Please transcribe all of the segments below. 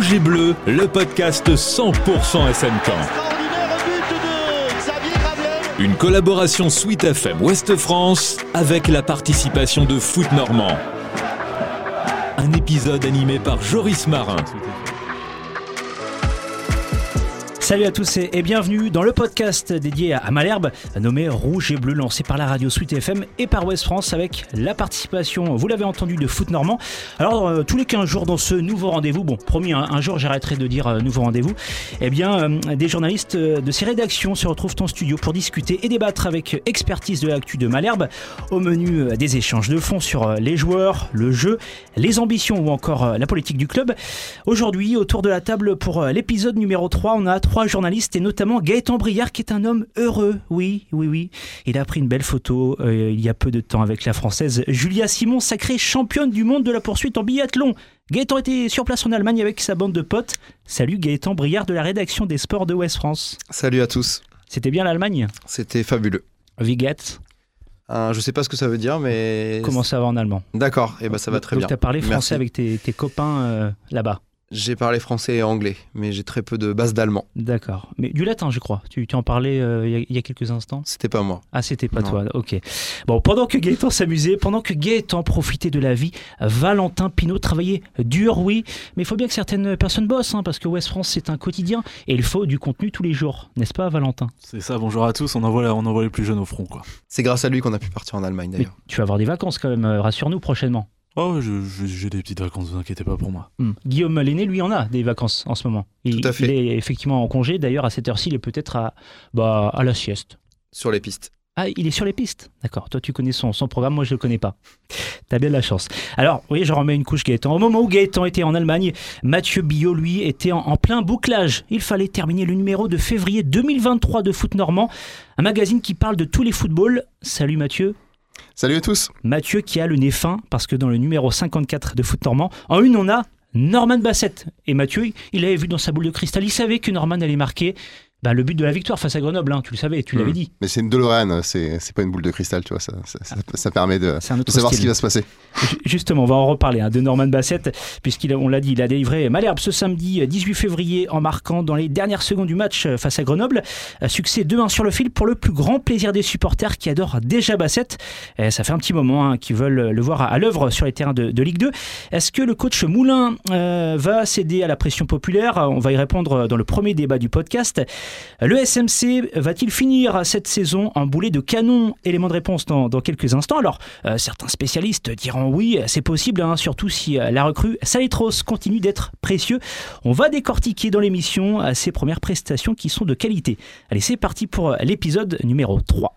Rouge et Bleu, le podcast 100% SM Caen. Une collaboration Sweet FM Ouest France avec la participation de Foot Normand. Un épisode animé par Joris Marin. Salut à tous et bienvenue dans le podcast dédié à Malherbe, nommé Rouge et Bleu, lancé par la radio Sweet FM et par Ouest France avec la participation, vous l'avez entendu, de Foot Normand. Alors tous les 15 jours dans ce nouveau rendez-vous, bon promis un jour j'arrêterai de dire nouveau rendez-vous, des journalistes de ces rédactions se retrouvent en studio pour discuter et débattre avec expertise de l'actu de Malherbe, au menu des échanges de fond sur les joueurs, le jeu, les ambitions ou encore la politique du club. Aujourd'hui, autour de la table pour l'épisode numéro 3, on a 3 journalistes et notamment Gaëtan Briard qui est un homme heureux. Oui. Il a pris une belle photo il y a peu de temps avec la Française Julia Simon, sacrée championne du monde de la poursuite en biathlon. Gaëtan était sur place en Allemagne avec sa bande de potes. Salut Gaëtan Briard de la rédaction des sports de Ouest France. Salut à tous. C'était bien l'Allemagne ? C'était fabuleux. Wie geht's ? Je sais pas ce que ça veut dire, mais... Comment ça va en allemand ? D'accord, et ça va très bien. Donc tu as parlé français. Merci. Avec tes copains là-bas ? J'ai parlé français et anglais, mais j'ai très peu de base d'allemand. D'accord. Mais du latin, je crois. Tu en parlais il y a quelques instants ? C'était pas moi. Ah, c'était pas toi. Ok. Bon, pendant que Gaëtan s'amusait, pendant que Gaëtan profitait de la vie, Valentin Pinault travaillait dur, oui. Mais il faut bien que certaines personnes bossent, parce que Ouest France, c'est un quotidien. Et il faut du contenu tous les jours. N'est-ce pas, Valentin ? C'est ça, bonjour à tous. On envoie les plus jeunes au front, quoi. C'est grâce à lui qu'on a pu partir en Allemagne, d'ailleurs. Mais tu vas avoir des vacances quand même, rassure-nous prochainement. Oh, j'ai des petites vacances, ne vous inquiétez pas pour moi. Guillaume l'aîné, lui, en a des vacances en ce moment. Tout à fait. Il est effectivement en congé. D'ailleurs, à cette heure-ci, il est peut-être à la sieste. Sur les pistes. Ah, il est sur les pistes. D'accord. Toi, tu connais son programme. Moi, je ne le connais pas. T'as bien de la chance. Alors, oui, je remets une couche Gaëtan. Au moment où Gaëtan était en Allemagne, Mathieu Billot, lui, était en plein bouclage. Il fallait terminer le numéro de février 2023 de Foot Normand, un magazine qui parle de tous les footballs. Salut Mathieu. Salut à tous. Mathieu qui a le nez fin, parce que dans le numéro 54 de Foot Normand, en une, on a Norman Bassett. Et Mathieu, il avait vu dans sa boule de cristal, il savait que Norman allait marquer le but de la victoire face à Grenoble, tu le savais, tu l'avais dit. Mais c'est une DeLorean, c'est pas une boule de cristal, tu vois, ça permet de savoir ce qui va se passer. Justement, on va en reparler de Norman Bassett, puisqu'on l'a dit, il a délivré Malherbe ce samedi 18 février en marquant dans les dernières secondes du match face à Grenoble. Succès 2-1 sur le fil pour le plus grand plaisir des supporters qui adorent déjà Bassett. Ça fait un petit moment qu'ils veulent le voir à l'œuvre sur les terrains de Ligue 2. Est-ce que le coach Moulin va céder à la pression populaire ? On va y répondre dans le premier débat du podcast. Le SMC va-t-il finir cette saison en boulet de canon ? Élément de réponse dans quelques instants. Alors, certains spécialistes diront oui, c'est possible, surtout si la recrue Saletros continue d'être précieux. On va décortiquer dans l'émission ses premières prestations qui sont de qualité. Allez, c'est parti pour l'épisode numéro 3.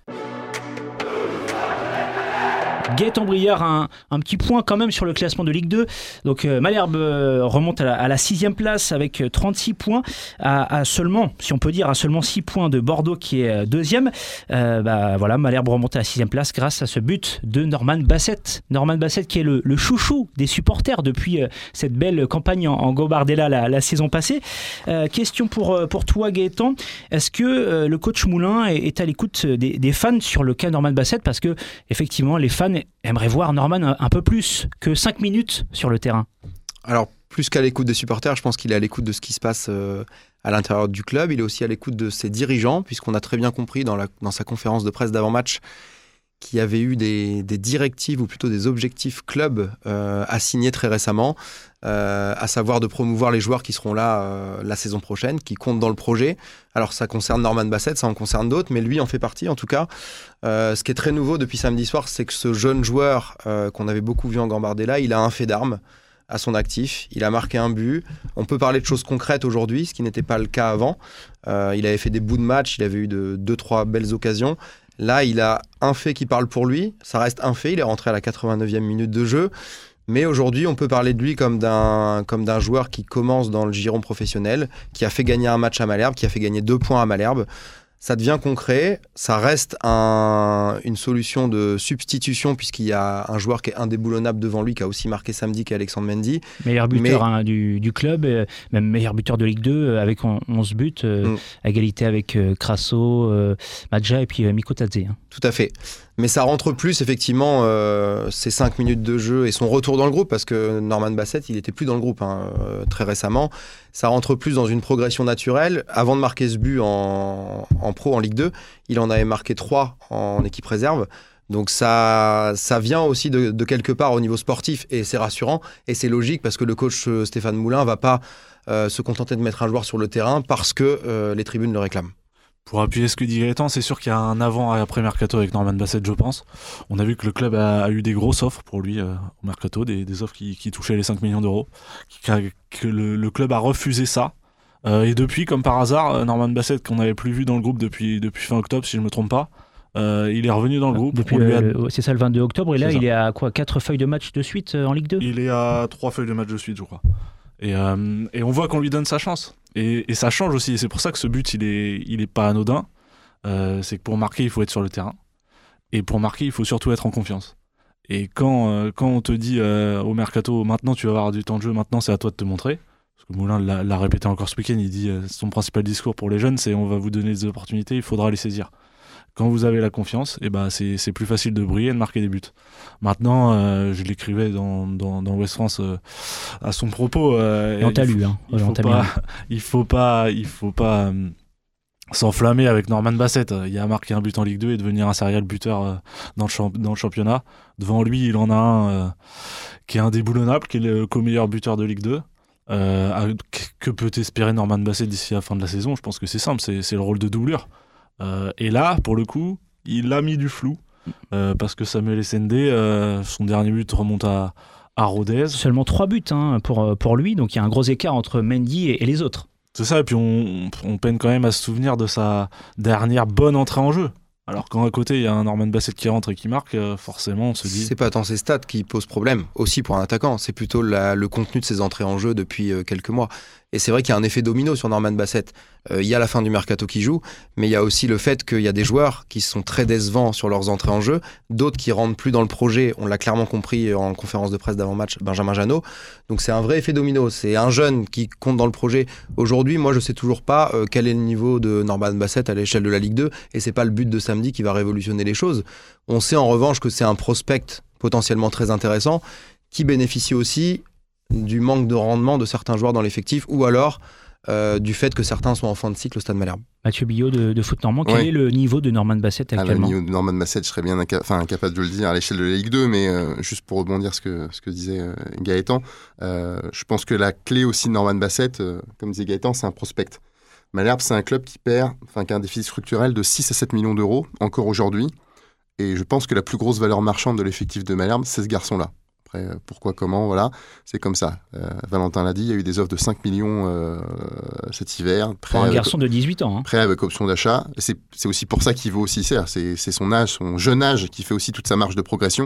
Gaëtan Briard, un petit point quand même sur le classement de Ligue 2. Donc Malherbe remonte à la 6e place avec 36 points, à seulement, si on peut dire, à seulement 6 points de Bordeaux qui est 2e. Malherbe remonte à la 6e place grâce à ce but de Norman Bassett. Norman Bassett qui est le chouchou des supporters depuis cette belle campagne en Gambardella la saison passée. Question pour toi Gaëtan, est-ce que le coach Moulin est à l'écoute des fans sur le cas Norman Bassett ? Parce que effectivement les fans aimerait voir Norman un peu plus que 5 minutes sur le terrain. Alors, plus qu'à l'écoute des supporters, je pense qu'il est à l'écoute de ce qui se passe à l'intérieur du club. Il est aussi à l'écoute de ses dirigeants, puisqu'on a très bien compris dans sa conférence de presse d'avant-match qu'il y avait eu des directives, ou plutôt des objectifs club assignés très récemment, à savoir de promouvoir les joueurs qui seront là la saison prochaine, qui comptent dans le projet. Alors ça concerne Norman Bassett, ça en concerne d'autres, mais lui en fait partie en tout cas. Ce qui est très nouveau depuis samedi soir, c'est que ce jeune joueur qu'on avait beaucoup vu en Gambardella, il a un fait d'armes à son actif, il a marqué un but. On peut parler de choses concrètes aujourd'hui, ce qui n'était pas le cas avant. Il avait fait des bouts de match, il avait eu 2-3 belles occasions. Là, il a un fait qui parle pour lui, ça reste un fait, il est rentré à la 89e minute de jeu. Mais aujourd'hui, on peut parler de lui comme d'un joueur qui commence dans le giron professionnel, qui a fait gagner un match à Malherbe, qui a fait gagner 2 points à Malherbe. Ça devient concret, ça reste une solution de substitution puisqu'il y a un joueur qui est indéboulonnable devant lui, qui a aussi marqué samedi, qui est Alexandre Mendy. Meilleur buteur du club, même meilleur buteur de Ligue 2 avec 11 buts, à égalité avec Crasso, Madja et puis Miko Tadze. Tout à fait. Mais ça rentre plus effectivement ces 5 minutes de jeu et son retour dans le groupe, parce que Norman Bassett, il n'était plus dans le groupe très récemment. ça rentre plus dans une progression naturelle. Avant de marquer ce but en pro, en Ligue 2, il en avait marqué 3 en équipe réserve. Donc ça vient aussi de quelque part au niveau sportif et c'est rassurant et c'est logique parce que le coach Stéphane Moulin va pas se contenter de mettre un joueur sur le terrain parce que les tribunes le réclament. Pour appuyer ce que dit Gaëtan, c'est sûr qu'il y a un avant et après mercato avec Norman Bassett, je pense. On a vu que le club a eu des grosses offres pour lui au mercato, des offres qui touchaient les 5 millions d'euros, que le club a refusé ça. Et depuis, comme par hasard, Norman Bassett, qu'on n'avait plus vu dans le groupe depuis fin octobre, si je ne me trompe pas, il est revenu dans le groupe. Depuis c'est ça, le 22 octobre, et là il est à quoi, 4 feuilles de match de suite en Ligue 2 ? Il est à 3 feuilles de match de suite, je crois. Et on voit qu'on lui donne sa chance. Et ça change aussi. Et c'est pour ça que ce but, il est pas anodin. C'est que pour marquer, il faut être sur le terrain. Et pour marquer, il faut surtout être en confiance. Et quand on te dit au mercato, maintenant tu vas avoir du temps de jeu, maintenant c'est à toi de te montrer. Parce que Moulin l'a répété encore ce week-end, il dit son principal discours pour les jeunes, c'est on va vous donner des opportunités, il faudra les saisir. Quand vous avez la confiance, c'est plus facile de briller et de marquer des buts. Maintenant, je l'écrivais dans Ouest France à son propos. Et on t'a lu. Il faut pas s'enflammer avec Norman Bassett. Il a marqué un but en Ligue 2 et devenir un serial buteur dans le championnat. Devant lui, il en a un qui est indéboulonnable, qui est le co-meilleur buteur de Ligue 2. Que peut espérer Norman Bassett d'ici la fin de la saison ? Je pense que c'est simple, c'est le rôle de doublure. Et là, pour le coup, il a mis du flou parce que Samuel Essendé, son dernier but remonte à Rodez. Seulement 3 buts pour lui, donc il y a un gros écart entre Mendy et les autres. C'est ça, et puis on peine quand même à se souvenir de sa dernière bonne entrée en jeu. Alors quand à côté il y a un Norman Bassett qui rentre et qui marque, forcément on se dit... C'est pas tant ses stats qui posent problème, aussi pour un attaquant, c'est plutôt le contenu de ses entrées en jeu depuis quelques mois. Et c'est vrai qu'il y a un effet domino sur Norman Bassett. Il y a la fin du mercato qui joue, mais il y a aussi le fait qu'il y a des joueurs qui sont très décevants sur leurs entrées en jeu, d'autres qui rentrent plus dans le projet, on l'a clairement compris en conférence de presse d'avant-match, Benjamin Janot. Donc c'est un vrai effet domino, c'est un jeune qui compte dans le projet. Aujourd'hui, moi je sais toujours pas quel est le niveau de Norman Bassett à l'échelle de la Ligue 2, et c'est pas le but de samedi qui va révolutionner les choses. On sait en revanche que c'est un prospect potentiellement très intéressant, qui bénéficie aussi du manque de rendement de certains joueurs dans l'effectif, ou alors du fait que certains sont en fin de cycle au Stade Malherbe. Mathieu Billot de Foot Normand, quel est le niveau de Norman Bassett actuellement ? Le niveau de Norman Bassett, je serais bien incapable de le dire à l'échelle de la Ligue 2, mais juste pour rebondir ce que disait Gaëtan, je pense que la clé aussi de Norman Bassett, comme disait Gaëtan, c'est un prospect. Malherbe, c'est un club qui a un déficit structurel de 6 à 7 millions d'euros encore aujourd'hui, et je pense que la plus grosse valeur marchande de l'effectif de Malherbe, c'est ce garçon-là. Pourquoi, comment, voilà, c'est comme ça. Valentin l'a dit, il y a eu des offres de 5 millions cet hiver. Pour un garçon de 18 ans. Prêt avec option d'achat. C'est aussi pour ça qu'il vaut aussi cher. C'est son âge, son jeune âge qui fait aussi toute sa marge de progression.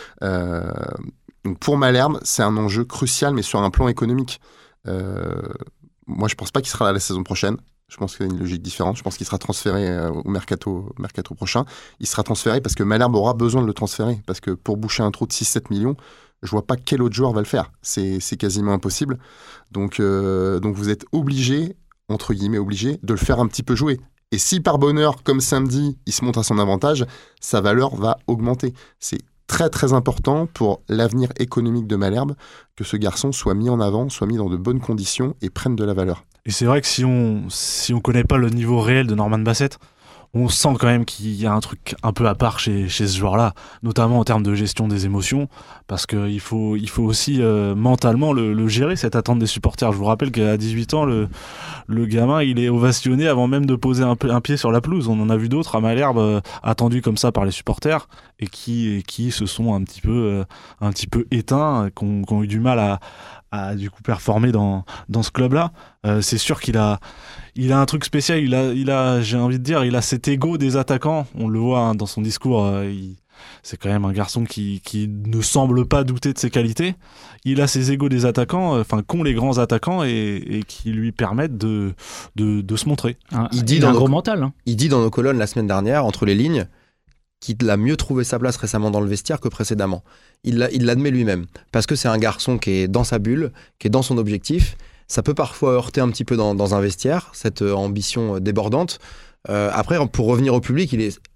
Donc pour Malherbe, c'est un enjeu crucial, mais sur un plan économique. Moi, je ne pense pas qu'il sera là la saison prochaine. Je pense qu'il y a une logique différente. Je pense qu'il sera transféré au mercato prochain. Il sera transféré parce que Malherbe aura besoin de le transférer. Parce que pour boucher un trou de 6-7 millions, je vois pas quel autre joueur va le faire. C'est quasiment impossible. Donc vous êtes obligé, entre guillemets obligé, de le faire un petit peu jouer. Et si par bonheur, comme samedi, il se montre à son avantage, sa valeur va augmenter. C'est très très important pour l'avenir économique de Malherbe que ce garçon soit mis en avant, soit mis dans de bonnes conditions et prenne de la valeur. Et c'est vrai que si on connaît pas le niveau réel de Norman Bassett, on sent quand même qu'il y a un truc un peu à part chez ce joueur-là, notamment en termes de gestion des émotions, parce qu'il faut aussi mentalement le gérer, cette attente des supporters. Je vous rappelle qu'à 18 ans, le gamin, il est ovationné avant même de poser un pied sur la pelouse. On en a vu d'autres à Malherbe, attendus comme ça par les supporters, et qui se sont un petit peu éteints, qui ont eu du mal à du coup performer dans ce club-là. C'est sûr qu'il a un truc spécial, il a j'ai envie de dire, il a cet ego des attaquants, on le voit dans son discours, c'est quand même un garçon qui ne semble pas douter de ses qualités. Il a ces égos des attaquants, qu'ont les grands attaquants et qui lui permettent de se montrer. Il a un gros mental. Hein. Il dit dans nos colonnes la semaine dernière, entre les lignes, qu'il a mieux trouvé sa place récemment dans le vestiaire que précédemment. Il l'admet lui-même, parce que c'est un garçon qui est dans sa bulle, qui est dans son objectif. Ça peut parfois heurter un petit peu dans un vestiaire, cette ambition débordante. Après, pour revenir au public, il est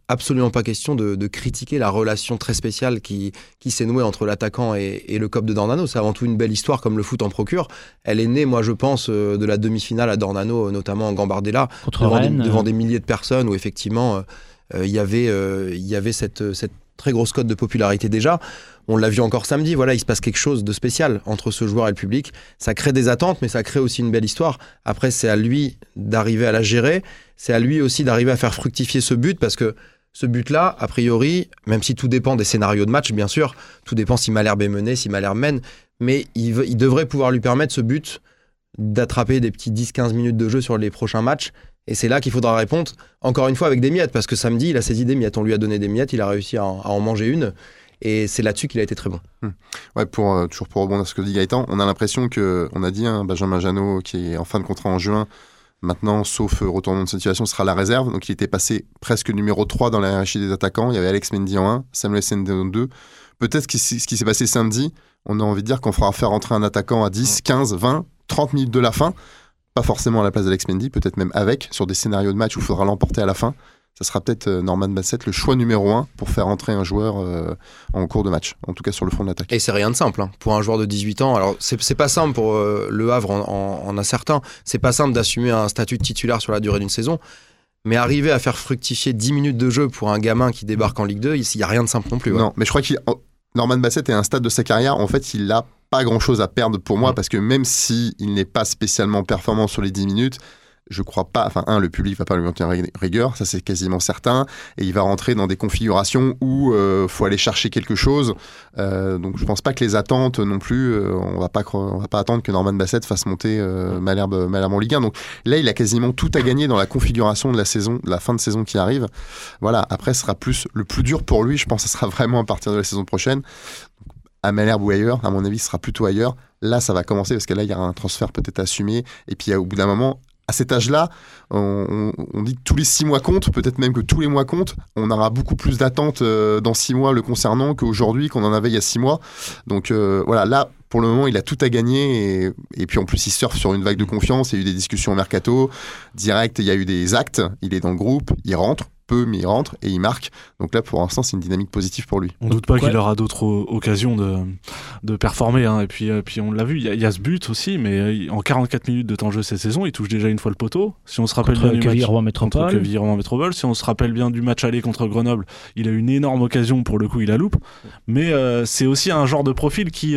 absolument pas question de critiquer la relation très spéciale qui s'est nouée entre l'attaquant et le COP de Dornano. C'est avant tout une belle histoire comme le foot en procure. Elle est née, moi je pense, de la demi-finale à Dornano, notamment en Gambardella, devant des milliers de personnes où effectivement il y avait cette très grosse cote de popularité déjà. On l'a vu encore samedi, voilà, il se passe quelque chose de spécial entre ce joueur et le public. Ça crée des attentes, mais ça crée aussi une belle histoire. Après, c'est à lui d'arriver à la gérer. C'est à lui aussi d'arriver à faire fructifier ce but, parce que ce but-là, a priori, même si tout dépend des scénarios de match, bien sûr, tout dépend si Malherbe est mené, si Malherbe mène, mais il devrait pouvoir lui permettre, ce but, d'attraper des petits 10-15 minutes de jeu sur les prochains matchs. Et c'est là qu'il faudra répondre, encore une fois, avec des miettes, parce que samedi, il a saisi des miettes. On lui a donné des miettes, il a réussi à en manger une. Et c'est là-dessus qu'il a été très bon. Ouais, toujours pour rebondir sur ce que dit Gaëtan, on a l'impression on a dit, Benjamin Jeannot, qui est en fin de contrat en juin, maintenant, sauf retournement de situation, sera la réserve. Donc il était passé presque numéro 3 dans la hiérarchie des attaquants. Il y avait Alex Mendy en 1, Samuel Sende en 2. Peut-être que ce qui s'est passé samedi, on a envie de dire qu'on fera faire entrer un attaquant à 10, 15, 20, 30 minutes de la fin. Pas forcément à la place d'Alex Mendy, peut-être même avec, sur des scénarios de match où il faudra l'emporter à la fin. Ça sera peut-être Norman Bassett le choix numéro 1 pour faire entrer un joueur en cours de match, en tout cas sur le fond de l'attaque. Et c'est rien de simple pour un joueur de 18 ans. Alors c'est pas simple pour Le Havre en a certains. C'est pas simple d'assumer un statut de titulaire sur la durée d'une saison. Mais arriver à faire fructifier 10 minutes de jeu pour un gamin qui débarque en Ligue 2, il n'y a rien de simple non plus. Non, mais je crois que Norman Bassett est à un stade de sa carrière, en fait, il n'a pas grand-chose à perdre pour moi, parce que même s'il n'est pas spécialement performant sur les 10 minutes, je crois pas, le public va pas lui monter rigueur, ça c'est quasiment certain, et il va rentrer dans des configurations où faut aller chercher quelque chose, donc je pense pas que les attentes non plus, on va pas attendre que Norman Bassett fasse monter Malherbe en Ligue 1, donc là il a quasiment tout à gagner dans la configuration de la saison, de la fin de saison qui arrive. Voilà, après ce sera le plus dur pour lui, je pense que ce sera vraiment à partir de la saison prochaine, à Malherbe ou ailleurs, à mon avis ce sera plutôt ailleurs. Là ça va commencer, parce que là il y aura un transfert peut-être assumé, et puis au bout d'un moment, à cet âge-là, on dit que tous les 6 mois comptent, peut-être même que tous les mois comptent. On aura beaucoup plus d'attentes dans 6 mois le concernant qu'aujourd'hui, qu'on en avait il y a 6 mois. Donc voilà, là, pour le moment, il a tout à gagner. Et puis en plus, il surfe sur une vague de confiance. Il y a eu des discussions au mercato. Direct, il y a eu des actes. Il est dans le groupe, il rentre. Peu, mais il rentre et il marque. Donc là, pour l'instant, c'est une dynamique positive pour lui. On ne doute pas qu'il aura d'autres occasions de performer. Et puis on l'a vu, il y a ce but aussi, mais en 44 minutes de temps de jeu cette saison, il touche déjà une fois le poteau. Si on se rappelle bien du match contre Quevilly-Rouen Métropole, si on se rappelle bien du match aller contre Grenoble, il a une énorme occasion, pour le coup, il la loupe. Mais c'est aussi un genre de profil qui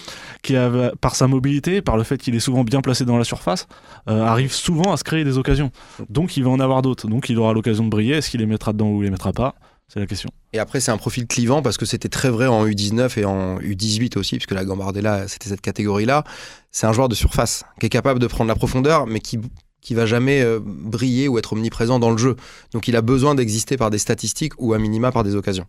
par sa mobilité, par le fait qu'il est souvent bien placé dans la surface, arrive souvent à se créer des occasions. Donc il va en avoir d'autres. Donc il aura l'occasion de briller. Est-ce qu'il les mettra dedans ou il les mettra pas? C'est la question. Et après, c'est un profil clivant, parce que c'était très vrai en U19 et en U18 aussi, puisque la Gambardella, c'était cette catégorie-là. C'est un joueur de surface qui est capable de prendre la profondeur, mais qui va jamais briller ou être omniprésent dans le jeu. Donc il a besoin d'exister par des statistiques ou à minima par des occasions.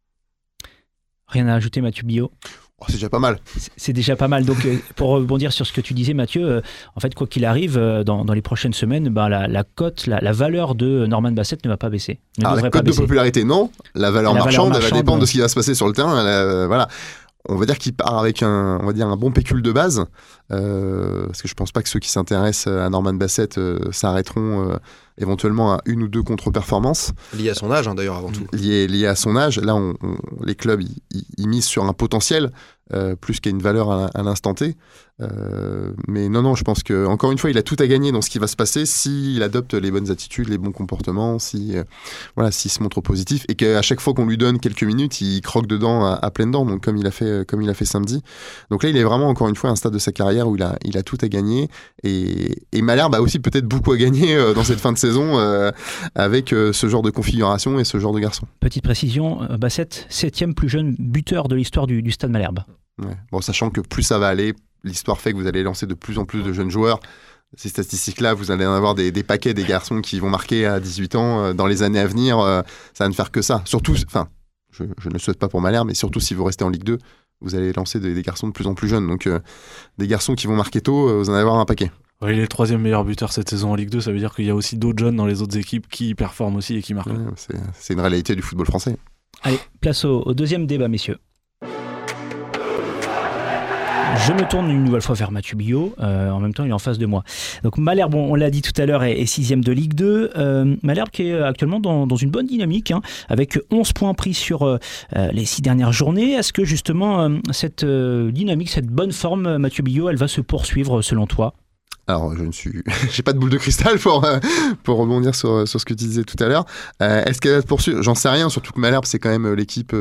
Rien à ajouter, Mathieu Billot? C'est déjà pas mal. C'est déjà pas mal. Donc, pour rebondir sur ce que tu disais, Mathieu, en fait, quoi qu'il arrive, dans les prochaines semaines, la cote, la valeur de Norman Bassett ne va pas baisser. La cote de popularité, non. La valeur marchande, elle va dépendre de ce qui va se passer sur le terrain. Voilà. On va dire qu'il part avec un bon pécule de base, parce que je pense pas que ceux qui s'intéressent à Norman Bassett s'arrêteront éventuellement à une ou deux contre-performances. Lié à son âge, d'ailleurs, avant tout. Lié à son âge. Là, les clubs, ils misent sur un potentiel, plus qu'à une valeur à l'instant T. Mais non, je pense que encore une fois, il a tout à gagner dans ce qui va se passer s'il adopte les bonnes attitudes, les bons comportements, s'il se montre positif, et qu'à chaque fois qu'on lui donne quelques minutes, il croque dedans à pleines dents, donc comme il a fait samedi. Donc là, il est vraiment encore une fois à un stade de sa carrière où il a tout à gagner, et Malherbe a aussi peut-être beaucoup à gagner dans cette fin de saison avec ce genre de configuration et ce genre de garçon. Petite précision, Bassett, 7e plus jeune buteur de l'histoire du Stade Malherbe. Ouais. Bon, sachant que plus ça va aller, l'histoire fait que vous allez lancer de plus en plus de jeunes joueurs. Ces statistiques-là, vous allez en avoir des paquets, des garçons qui vont marquer à 18 ans. Dans les années à venir, ça va ne faire que ça. Surtout, je ne le souhaite pas pour Malherbe, mais surtout si vous restez en Ligue 2, vous allez lancer des garçons de plus en plus jeunes. Donc, des garçons qui vont marquer tôt, vous en allez avoir un paquet. Ouais, il est le 3e meilleur buteur cette saison en Ligue 2, ça veut dire qu'il y a aussi d'autres jeunes dans les autres équipes qui performent aussi et qui marquent. Ouais, c'est une réalité du football français. Allez, place au deuxième débat, messieurs. Je me tourne une nouvelle fois vers Mathieu Billot. En même temps, il est en face de moi. Donc Malherbe, on l'a dit tout à l'heure, est 6e de Ligue 2. Malherbe qui est actuellement dans une bonne dynamique, avec 11 points pris sur les 6 dernières journées. Est-ce que justement cette dynamique, cette bonne forme, Mathieu Billot, elle va se poursuivre selon toi ? Alors, j'ai pas de boule de cristal pour rebondir sur ce que tu disais tout à l'heure. Est-ce qu'elle va te poursuivre ? J'en sais rien, surtout que Malherbe, c'est quand même l'équipe,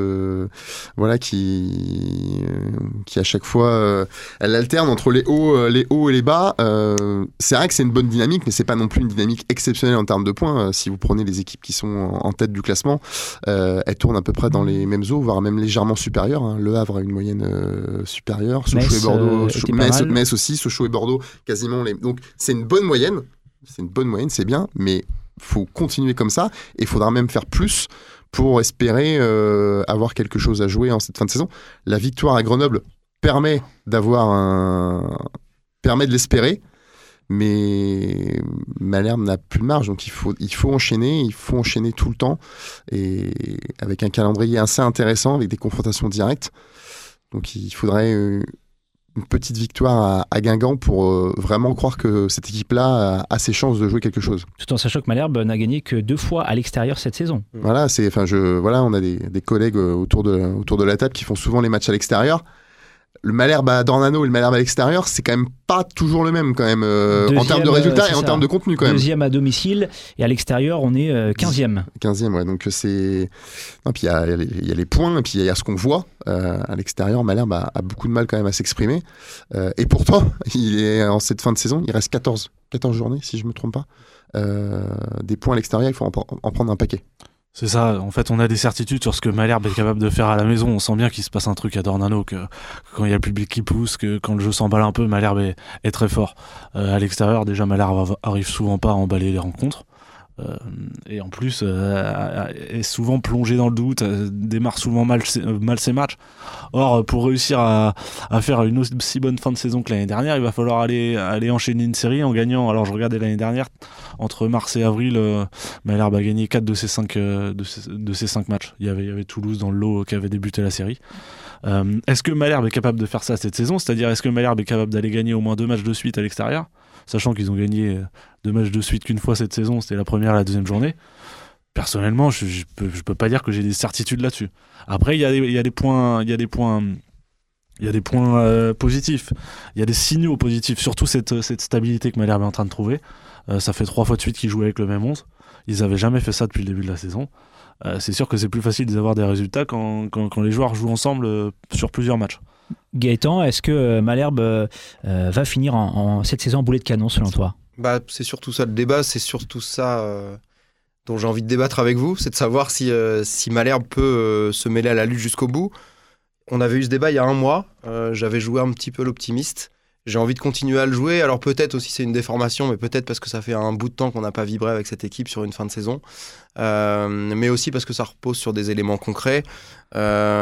qui à chaque fois, elle alterne entre les hauts et les bas. C'est vrai que c'est une bonne dynamique, mais c'est pas non plus une dynamique exceptionnelle en termes de points. Si vous prenez les équipes qui sont en tête du classement, elles tournent à peu près dans les mêmes eaux, voire même légèrement supérieures. Le Havre a une moyenne supérieure. Sochaux et Bordeaux, Metz aussi, Sochaux et Bordeaux, quasiment les. Donc c'est une bonne moyenne, c'est bien, mais faut continuer comme ça et il faudra même faire plus pour espérer avoir quelque chose à jouer en cette fin de saison. La victoire à Grenoble permet de l'espérer, mais Malherbe n'a plus de marge, donc il faut enchaîner tout le temps, et avec un calendrier assez intéressant, avec des confrontations directes. Donc il faudrait une petite victoire à Guingamp pour vraiment croire que cette équipe-là a ses chances de jouer quelque chose. Tout en sachant que Malherbe n'a gagné que 2 fois à l'extérieur cette saison. Voilà, on a des collègues autour de la table qui font souvent les matchs à l'extérieur. Le Malherbe à Dornano et le Malherbe à l'extérieur, c'est quand même pas toujours le même quand même, en termes de résultats et en termes de contenu quand même. 2e à domicile et à l'extérieur on est 15e. 15e, ouais, donc c'est... Non, puis il y a les points et puis il y a ce qu'on voit. À l'extérieur, Malherbe a beaucoup de mal quand même à s'exprimer. Et pourtant, en cette fin de saison, il reste 14 journées, si je me trompe pas. Des points à l'extérieur, il faut en prendre un paquet. C'est ça, en fait on a des certitudes sur ce que Malherbe est capable de faire à la maison. On sent bien qu'il se passe un truc à Dornano, que quand il y a le public qui pousse, que quand le jeu s'emballe un peu, Malherbe est très fort. À l'extérieur, déjà Malherbe arrive souvent pas à emballer les rencontres. Et en plus est souvent plongé dans le doute, démarre souvent mal ses matchs. Or pour réussir à faire une aussi bonne fin de saison que l'année dernière, il va falloir aller enchaîner une série en gagnant. Alors je regardais l'année dernière, entre mars et avril, Malherbe a gagné 4 de ses 5 matchs. Il y avait Toulouse dans le lot qui avait débuté la série. Est-ce que Malherbe est capable de faire ça cette saison ? C'est-à-dire, est-ce que Malherbe est capable d'aller gagner au moins 2 matchs de suite à l'extérieur ? Sachant qu'ils ont gagné 2 matchs de suite qu'une fois cette saison, c'était la première et la deuxième journée. Personnellement, je peux pas dire que j'ai des certitudes là-dessus. Après, il y a des points positifs. Il y a des signaux positifs, surtout cette stabilité que Malherbe est en train de trouver. Ça fait 3 fois de suite qu'ils jouent avec le même 11. Ils avaient jamais fait ça depuis le début de la saison. C'est sûr que c'est plus facile d'avoir des résultats quand les joueurs jouent ensemble sur plusieurs matchs. Gaëtan, est-ce que Malherbe va finir cette saison en boulet de canon selon toi ? C'est surtout ça le débat, c'est surtout ça dont j'ai envie de débattre avec vous, c'est de savoir si Malherbe peut se mêler à la lutte jusqu'au bout. On avait eu ce débat il y a 1 mois, j'avais joué un petit peu l'optimiste, j'ai envie de continuer à le jouer, alors peut-être aussi c'est une déformation, mais peut-être parce que ça fait un bout de temps qu'on n'a pas vibré avec cette équipe sur une fin de saison, mais aussi parce que ça repose sur des éléments concrets. Il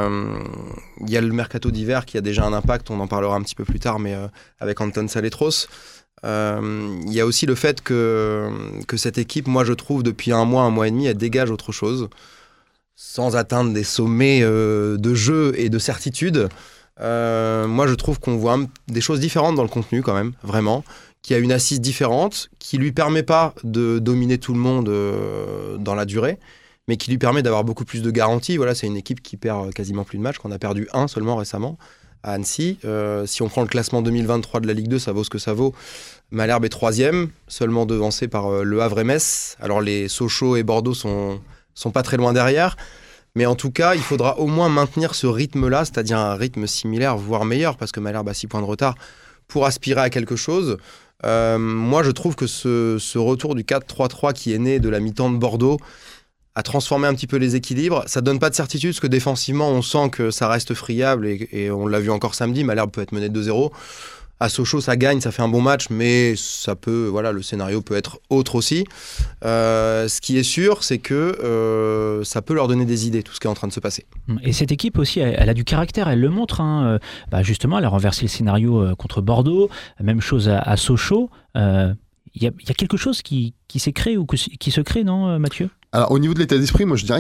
y a le mercato d'hiver qui a déjà un impact, on en parlera un petit peu plus tard, mais avec Anton Saletros. Il y a aussi le fait que cette équipe, moi je trouve depuis 1 mois et demi, elle dégage autre chose, sans atteindre des sommets de jeu et de certitude. Moi je trouve qu'on voit des choses différentes dans le contenu quand même, vraiment, qui a une assise différente, qui lui permet pas de dominer tout le monde dans la durée, mais qui lui permet d'avoir beaucoup plus de garanties. Voilà, c'est une équipe qui perd quasiment plus de matchs, qu'on a perdu 1 seulement récemment à Annecy. Si on prend le classement 2023 de la Ligue 2, ça vaut ce que ça vaut. Malherbe est 3e, seulement devancé par Le Havre et Metz. Alors les Sochaux et Bordeaux sont pas très loin derrière. Mais en tout cas, il faudra au moins maintenir ce rythme-là, c'est-à-dire un rythme similaire, voire meilleur, parce que Malherbe a 6 points de retard, pour aspirer à quelque chose. Moi, je trouve que ce retour du 4-3-3 qui est né de la mi-temps de Bordeaux a transformé un petit peu les équilibres. Ça donne pas de certitude, parce que défensivement, on sent que ça reste friable, et on l'a vu encore samedi, Malherbe peut être mené de 2-0. À Sochaux, ça gagne, ça fait un bon match, mais ça peut, voilà, le scénario peut être autre aussi. Ce qui est sûr, c'est que ça peut leur donner des idées, tout ce qui est en train de se passer. Et cette équipe aussi, elle a du caractère, elle le montre. Justement, elle a renversé le scénario contre Bordeaux, même chose à Sochaux. Il y a quelque chose qui s'est créé ou qui se crée, non, Mathieu ? Alors, au niveau de l'état d'esprit, moi je dirais qu'il y a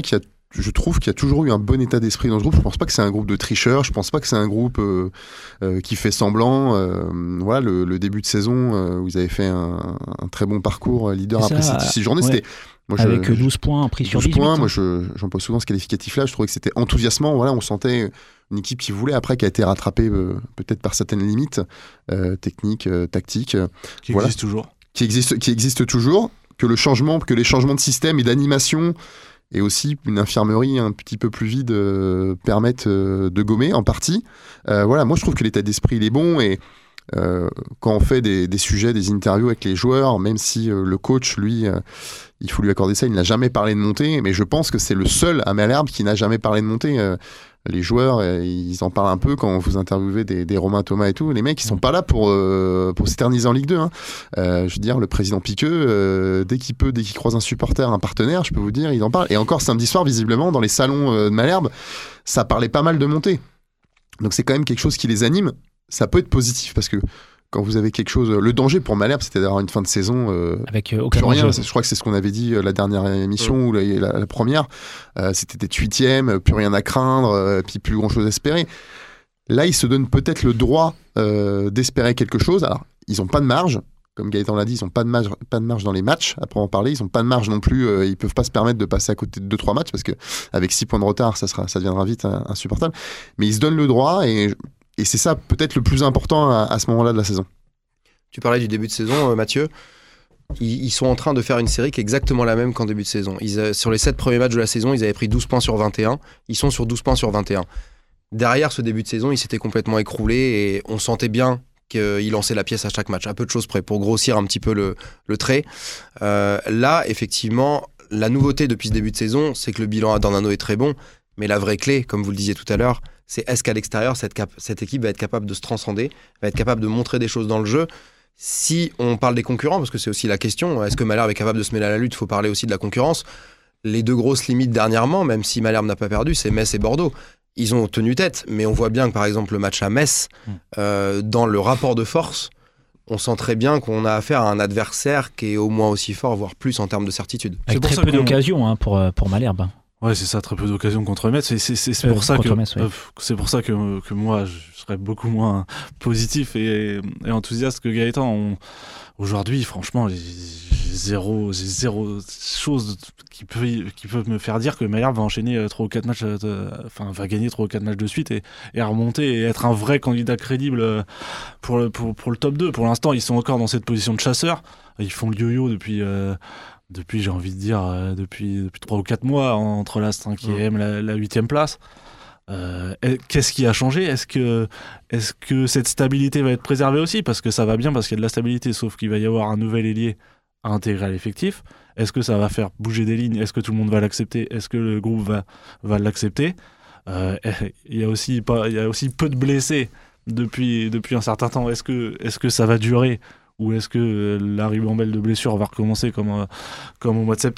je trouve qu'il y a toujours eu un bon état d'esprit dans ce groupe. Je pense pas que c'est un groupe de tricheurs. Je pense pas que c'est un groupe qui fait semblant. Voilà, le début de saison où ils avaient fait un très bon parcours leader après ces 6 journées. Ouais. C'était, avec 12 points pris sur 18 points. Moi, j'emploie souvent ce qualificatif-là. Je trouvais que c'était enthousiasmant. Voilà, on sentait une équipe qui voulait, après, qui a été rattrapée peut-être par certaines limites techniques, tactiques. Qui existe toujours. Qui existe toujours. Que les changements de système et d'animation et aussi une infirmerie un petit peu plus vide permettent de gommer en partie. Voilà, moi je trouve que l'état d'esprit il est bon et quand on fait des sujets, des interviews avec les joueurs, même si le coach, lui, il faut lui accorder ça, il n'a jamais parlé de montée, mais je pense que c'est le seul à Malherbe qui n'a jamais parlé de montée. Les joueurs, ils en parlent un peu quand vous interviewez des Romain Thomas et tout. Les mecs, ils sont pas là pour s'éterniser en Ligue 2. Je veux dire, le président Piqueux, dès qu'il croise un supporter, un partenaire, je peux vous dire, il en parle. Et encore samedi soir, visiblement, dans les salons de Malherbe, ça parlait pas mal de montée. Donc c'est quand même quelque chose qui les anime. Ça peut être positif parce que quand vous avez quelque chose, le danger pour Malherbe, c'était d'avoir une fin de saison avec aucun plus rien. enjeu. Je crois que c'est ce qu'on avait dit la dernière émission ou la première. C'était d'être 8e, plus rien à craindre, puis plus grand chose à espérer. Là, ils se donnent peut-être le droit d'espérer quelque chose. Alors, ils n'ont pas de marge. Comme Gaëtan l'a dit, ils n'ont pas de marge dans les matchs. Après en parler, ils n'ont pas de marge non plus. Ils ne peuvent pas se permettre de passer à côté de 2-3 matchs parce qu'avec 6 points de retard, ça deviendra vite insupportable. Mais ils se donnent le droit et c'est ça peut-être le plus important à ce moment-là de la saison. Tu parlais du début de saison, Mathieu. Ils sont en train de faire une série qui est exactement la même qu'en début de saison. Sur les 7 premiers matchs de la saison, ils avaient pris 12 points sur 21. Ils sont sur 12 points sur 21. Derrière ce début de saison, ils s'étaient complètement écroulés et on sentait bien qu'ils lançaient la pièce à chaque match, à peu de choses près, pour grossir un petit peu le trait. Là, effectivement, la nouveauté depuis ce début de saison, c'est que le bilan à Dornano est très bon, mais la vraie clé, comme vous le disiez tout à l'heure, c'est est-ce qu'à l'extérieur, cette équipe va être capable de se transcender, va être capable de montrer des choses dans le jeu. Si on parle des concurrents, parce que c'est aussi la question, est-ce que Malherbe est capable de se mêler à la lutte ? Il faut parler aussi de la concurrence. Les 2 grosses limites dernièrement, même si Malherbe n'a pas perdu, c'est Metz et Bordeaux. Ils ont tenu tête, mais on voit bien que par exemple le match à Metz, dans le rapport de force, on sent très bien qu'on a affaire à un adversaire qui est au moins aussi fort, voire plus en termes de certitude. Avec très peu d'occasions pour Malherbe. Ouais, c'est ça, très peu d'occasions contre Metz. C'est pour ça c'est pour ça que moi, je serais beaucoup moins positif et enthousiaste que Gaëtan. Aujourd'hui, franchement, j'ai zéro chose qui peut me faire dire que Malherbe va enchaîner 3 ou 4 matchs, va gagner 3 ou 4 matchs de suite et remonter et être un vrai candidat crédible pour le top 2. Pour l'instant, ils sont encore dans cette position de chasseur. Ils font le yo-yo depuis j'ai envie de dire, depuis 3 ou 4 mois, entre la 5e et la 8e place. Qu'est-ce qui a changé ? Est-ce que cette stabilité va être préservée aussi ? Parce que ça va bien, parce qu'il y a de la stabilité, sauf qu'il va y avoir un nouvel ailier à intégrer à l'effectif. Est-ce que ça va faire bouger des lignes ? Est-ce que tout le monde va l'accepter ? Est-ce que le groupe va l'accepter ? Il y a aussi peu de blessés depuis un certain temps. Est-ce que ça va durer ? Ou est-ce que la ribambelle de blessures va recommencer comme au mois de septembre ?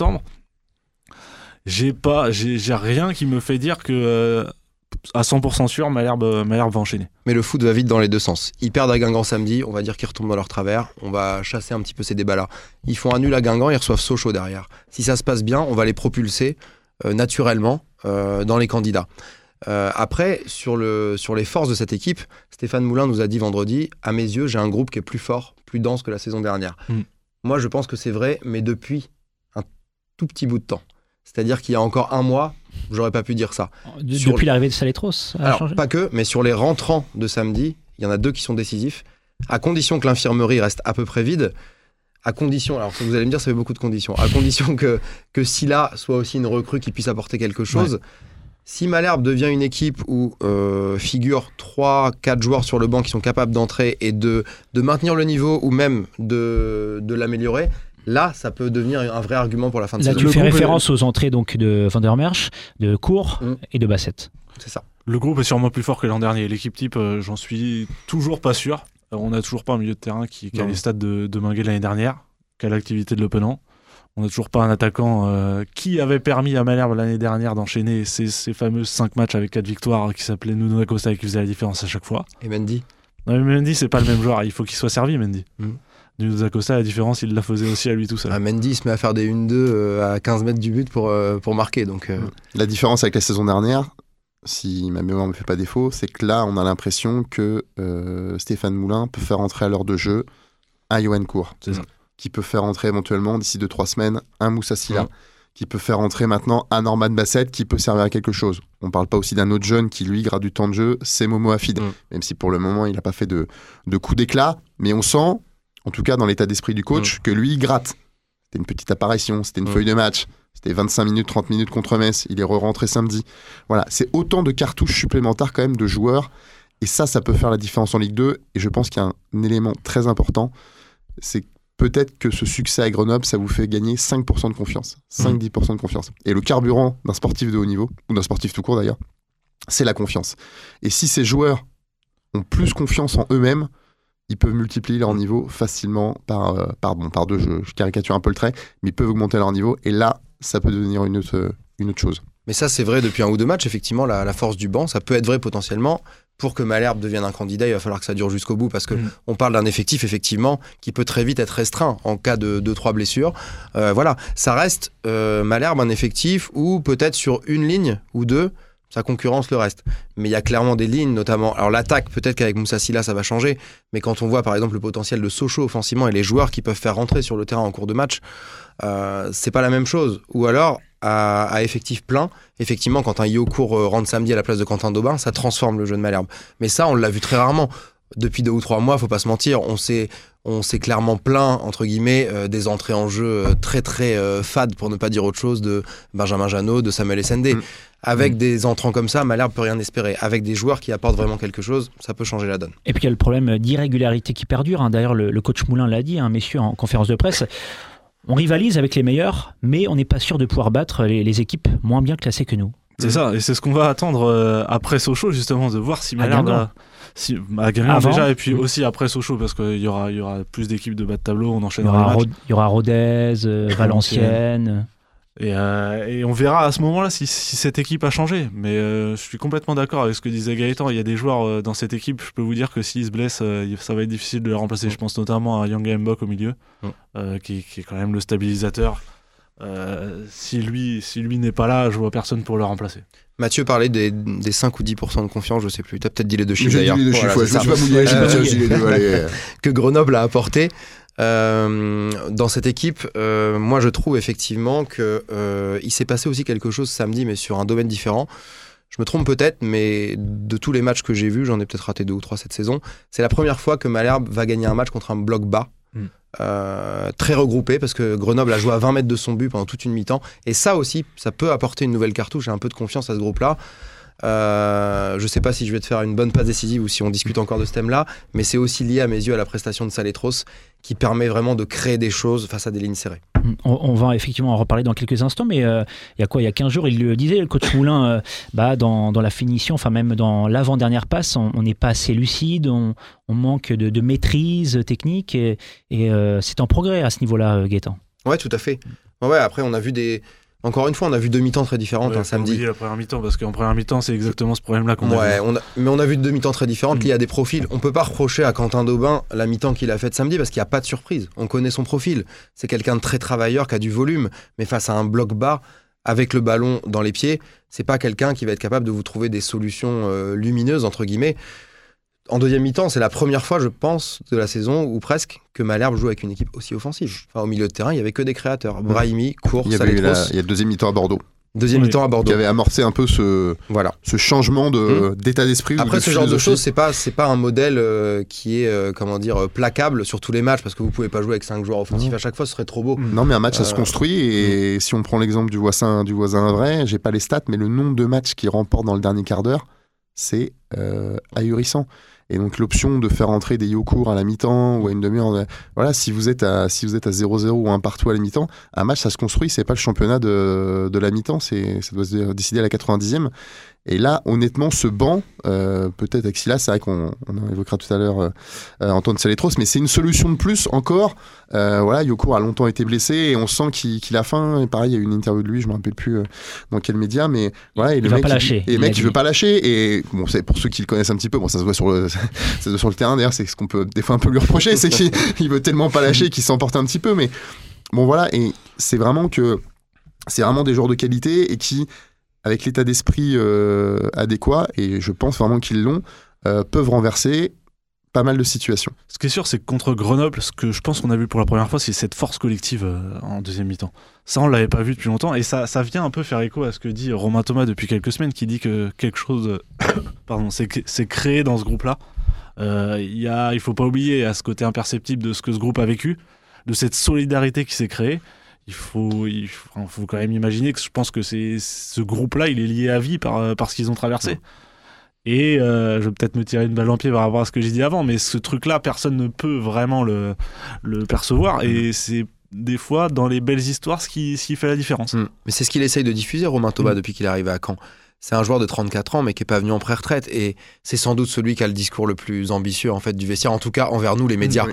J'ai rien qui me fait dire que à 100% sûr, Malherbe va enchaîner. Mais le foot va vite dans les deux sens. Ils perdent à Guingamp samedi, on va dire qu'ils retombent dans leur travers, on va chasser un petit peu ces débats-là. Ils font un nul à Guingamp, ils reçoivent Sochaux derrière. Si ça se passe bien, on va les propulser naturellement dans les candidats. Après, sur les forces de cette équipe, Stéphane Moulin nous a dit vendredi, à mes yeux, j'ai un groupe qui est plus fort, plus dense que la saison dernière. Moi, je pense que c'est vrai, mais depuis un tout petit bout de temps. C'est-à-dire qu'il y a encore un mois, j'aurais pas pu dire ça. Depuis l'arrivée de Saletros, alors, changé. Pas que, mais sur les rentrants de samedi, il y en a 2 qui sont décisifs, à condition que l'infirmerie reste à peu près vide, à condition, alors vous allez me dire, ça fait beaucoup de conditions, à condition que Silla soit aussi une recrue qui puisse apporter quelque chose. Ouais. Si Malherbe devient une équipe où figurent 3-4 joueurs sur le banc qui sont capables d'entrer et de maintenir le niveau ou même de l'améliorer, là, ça peut devenir un vrai argument pour la fin de saison. Là, tu fais référence aux entrées donc, de Van der Merch, de Cour et de Bassett. C'est ça. Le groupe est sûrement plus fort que l'an dernier. L'équipe type, j'en suis toujours pas sûr. On n'a toujours pas un milieu de terrain qui a les stats de Minguet l'année dernière, qui a l'activité de l'Openant. On n'a toujours pas un attaquant qui avait permis à Malherbe l'année dernière d'enchaîner ces fameuses 5 matchs avec 4 victoires qui s'appelait Nuno Acosta et qui faisait la différence à chaque fois. Et Mendy ? Non, mais Mendy, c'est pas le même joueur. Il faut qu'il soit servi, Mendy. Nuno Da Costa, la différence, il la faisait aussi à lui tout seul. Mendy se met à faire des 1-2 à 15 mètres du but pour marquer. Donc, La différence avec la saison dernière, si ma mémoire ne me fait pas défaut, c'est que là, on a l'impression que Stéphane Moulin peut faire entrer à l'heure de jeu un Yoann Cour. C'est ça. Qui peut faire entrer éventuellement, d'ici 2-3 semaines, un Moussa Sylla. Qui peut faire entrer maintenant un Norman Bassett qui peut servir à quelque chose. On ne parle pas aussi d'un autre jeune qui, lui, grade du temps de jeu, c'est Momo Hafid. Même si pour le moment, il n'a pas fait de coup d'éclat. Mais on sent, en tout cas dans l'état d'esprit du coach, que lui, il gratte. C'était une petite apparition, c'était une feuille de match. C'était 25 minutes, 30 minutes contre Metz. Il est re-rentré samedi. Voilà, c'est autant de cartouches supplémentaires quand même de joueurs. Et ça peut faire la différence en Ligue 2. Et je pense qu'il y a un élément très important. C'est peut-être que ce succès à Grenoble, ça vous fait gagner 5% de confiance. 5-10% de confiance. Et le carburant d'un sportif de haut niveau, ou d'un sportif tout court d'ailleurs, c'est la confiance. Et si ces joueurs ont plus confiance en eux-mêmes, ils peuvent multiplier leur niveau facilement par deux. Je caricature un peu le trait, mais ils peuvent augmenter leur niveau. Et là, ça peut devenir une autre chose. Mais ça, c'est vrai depuis un ou deux matchs. Effectivement, la force du banc, ça peut être vrai potentiellement. Pour que Malherbe devienne un candidat, il va falloir que ça dure jusqu'au bout parce qu'on parle d'un effectif, effectivement, qui peut très vite être restreint en cas de 2-3 blessures. Voilà, ça reste Malherbe un effectif où peut-être sur une ligne ou deux, ça concurrence le reste. Mais il y a clairement des lignes, notamment... Alors l'attaque, peut-être qu'avec Moussa Sylla, ça va changer. Mais quand on voit, par exemple, le potentiel de Sochaux offensivement et les joueurs qui peuvent faire rentrer sur le terrain en cours de match, c'est pas la même chose. Ou alors... À effectif plein, effectivement, quand un Yokour rentre samedi à la place de Quentin Daubin, ça transforme le jeu de Malherbe. Mais ça, on l'a vu très rarement. Depuis 2 ou 3 mois, faut pas se mentir, on s'est clairement plaint, entre guillemets, des entrées en jeu très très fades, pour ne pas dire autre chose, de Benjamin Janot, de Samuel Essendé. Avec des entrants comme ça, Malherbe peut rien espérer. Avec des joueurs qui apportent vraiment quelque chose, ça peut changer la donne. Et puis il y a le problème d'irrégularité qui perdure. D'ailleurs, le coach Moulin l'a dit, messieurs, en conférence de presse. On rivalise avec les meilleurs, mais on n'est pas sûr de pouvoir battre les équipes moins bien classées que nous. C'est ça, et c'est ce qu'on va attendre après Sochaux, justement, de voir si Malherbe à Guingamp déjà, et puis aussi après Sochaux, parce qu'il y aura plus d'équipes de bas de tableau, on enchaînera les matchs. Il y aura Rodez, Valenciennes... Et on verra à ce moment-là si cette équipe a changé. Mais je suis complètement d'accord avec ce que disait Gaëtan. Il y a des joueurs dans cette équipe, je peux vous dire que s'ils se blessent, ça va être difficile de les remplacer. Je pense notamment à Yanga Mbok au milieu, qui est quand même le stabilisateur. Si lui n'est pas là, je vois personne pour le remplacer. Mathieu parlait des 5 ou 10% de confiance, je sais plus. Tu as peut-être dit les deux chiffres J'ai d'ailleurs. dit les deux chiffres, je ne suis pas mouillé. Que Grenoble a apporté. Dans cette équipe, moi je trouve effectivement qu'il s'est passé aussi quelque chose samedi, mais sur un domaine différent. Je me trompe peut-être, mais de tous les matchs que j'ai vus, j'en ai peut-être raté 2 ou 3 cette saison, c'est la première fois que Malherbe va gagner un match contre un bloc bas. Très regroupé, parce que Grenoble a joué à 20 mètres de son but pendant toute une mi-temps, et ça aussi, ça peut apporter une nouvelle cartouche et un peu de confiance à ce groupe-là. Je sais pas si je vais te faire une bonne passe décisive ou si on discute encore de ce thème-là, mais c'est aussi lié à mes yeux à la prestation de Saletros qui permet vraiment de créer des choses face à des lignes serrées. On va effectivement en reparler dans quelques instants, mais il y a 15 jours, il le disait, le coach Moulin, dans la finition, enfin même dans l'avant-dernière passe, on n'est pas assez lucide, on manque de maîtrise technique, et c'est en progrès à ce niveau-là, Gaëtan. Ouais, tout à fait. Ouais, après, on a vu Encore une fois, on a vu 2 mi-temps très différentes samedi. La première mi-temps, parce qu'en première mi-temps, c'est exactement ce problème-là qu'on a vu. Mais on a vu 2 mi-temps très différentes liées à des profils. On peut pas reprocher à Quentin Daubin la mi-temps qu'il a faite samedi parce qu'il n'y a pas de surprise. On connaît son profil. C'est quelqu'un de très travailleur qui a du volume, mais face à un bloc bas avec le ballon dans les pieds, c'est pas quelqu'un qui va être capable de vous trouver des solutions lumineuses entre guillemets. En deuxième mi-temps, c'est la première fois, je pense, de la saison, ou presque, que Malherbe joue avec une équipe aussi offensive. Enfin, au milieu de terrain, il n'y avait que des créateurs. Brahimi, Cour, Saletros. Il y a deuxième mi-temps à Bordeaux. Mi-temps à Bordeaux. Qui avait amorcé un peu ce changement d'état d'esprit. Après, ce genre de choses, c'est pas un modèle qui est, plaquable sur tous les matchs, parce que vous pouvez pas jouer avec 5 joueurs offensifs à chaque fois, ce serait trop beau. Non, mais un match, ça se construit, et si on prend l'exemple du voisin vrai, j'ai pas les stats, mais le nombre de matchs qu'il remporte dans le dernier quart d'heure, c'est ahurissant. Et donc l'option de faire entrer des Yokour à la mi-temps ou à une demi-heure, voilà, si vous êtes à 0-0 ou un partout à la mi-temps, un match ça se construit, c'est pas le championnat de la mi-temps, ça doit se décider à la 90e. Et là, honnêtement, ce banc, peut-être avec Sylla, c'est vrai qu'on évoquera tout à l'heure Antoine Saletros, mais c'est une solution de plus encore. Yokour a longtemps été blessé et on sent qu'il a faim. Et pareil, il y a eu une interview de lui, je me rappelle plus dans quel média, mais voilà. Il veut pas lâcher. Et le mec, il veut pas lâcher. Et bon, pour ceux qui le connaissent un petit peu, bon, ça se voit sur le terrain, d'ailleurs, c'est ce qu'on peut des fois un peu lui reprocher, c'est qu'il veut tellement pas lâcher qu'il s'emporte un petit peu, mais bon, voilà, et c'est vraiment des joueurs de qualité et qui, avec l'état d'esprit adéquat, et je pense vraiment qu'ils l'ont, peuvent renverser pas mal de situations. Ce qui est sûr, c'est que contre Grenoble, ce que je pense qu'on a vu pour la première fois, c'est cette force collective en deuxième mi-temps. Ça, on l'avait pas vu depuis longtemps, et ça vient un peu faire écho à ce que dit Romain Thomas depuis quelques semaines, qui dit que quelque chose c'est créé dans ce groupe-là. Il faut pas oublier à ce côté imperceptible de ce que ce groupe a vécu, de cette solidarité qui s'est créée. Il faut quand même imaginer que je pense que ce groupe-là, il est lié à vie par ce qu'ils ont traversé. Et je vais peut-être me tirer une balle dans le pied par rapport à ce que j'ai dit avant, mais ce truc-là, personne ne peut vraiment le percevoir. Et c'est des fois, dans les belles histoires, ce qui fait la différence. Mais c'est ce qu'il essaye de diffuser, Romain Thomas, depuis qu'il est arrivé à Caen. C'est un joueur de 34 ans, mais qui n'est pas venu en pré-retraite. Et c'est sans doute celui qui a le discours le plus ambitieux en fait, du vestiaire, en tout cas envers nous, les médias.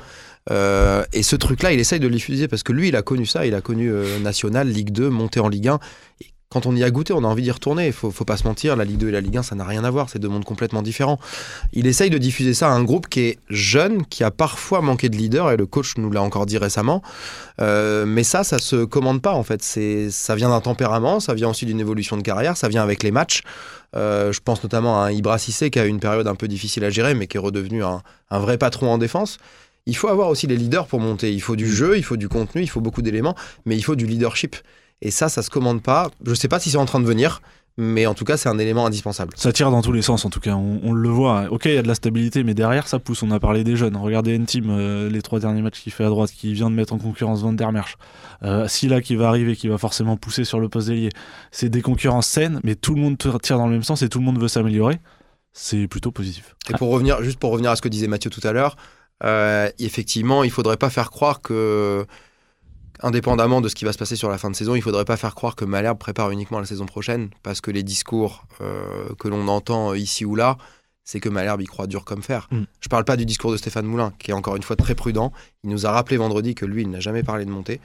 Et ce truc-là, il essaye de le diffuser parce que lui, il a connu ça. Il a connu National, Ligue 2, monté en Ligue 1. Et quand on y a goûté, on a envie d'y retourner. Il faut pas se mentir, la Ligue 2 et la Ligue 1, ça n'a rien à voir. C'est deux mondes complètement différents. Il essaye de diffuser ça à un groupe qui est jeune, qui a parfois manqué de leader, et le coach nous l'a encore dit récemment. Mais ça se commande pas, en fait. Ça vient d'un tempérament, ça vient aussi d'une évolution de carrière, ça vient avec les matchs. Je pense notamment à un Ibra Cissé qui a eu une période un peu difficile à gérer, mais qui est redevenu un vrai patron en défense. Il faut avoir aussi les leaders pour monter. Il faut du jeu, il faut du contenu, il faut beaucoup d'éléments, mais il faut du leadership. Et ça se commande pas. Je sais pas si c'est en train de venir, mais en tout cas, c'est un élément indispensable. Ça tire dans tous les sens, en tout cas. On le voit. Ok, il y a de la stabilité, mais derrière, ça pousse. On a parlé des jeunes. Regardez N-Team, les 3 derniers matchs qu'il fait à droite, qui vient de mettre en concurrence Van der Merch. Silla qui va arriver, qui va forcément pousser sur le poste d'ailier. C'est des concurrences saines, mais tout le monde tire dans le même sens et tout le monde veut s'améliorer. C'est plutôt positif. Et pour revenir à ce que disait Mathieu tout à l'heure, effectivement, il faudrait pas faire croire que, indépendamment de ce qui va se passer sur la fin de saison, il faudrait pas faire croire que Malherbe prépare uniquement la saison prochaine, parce que les discours que l'on entend ici ou là, c'est que Malherbe y croit dur comme fer. Je parle pas du discours de Stéphane Moulin, qui est encore une fois très prudent. Il nous a rappelé vendredi que lui, il n'a jamais parlé de montée.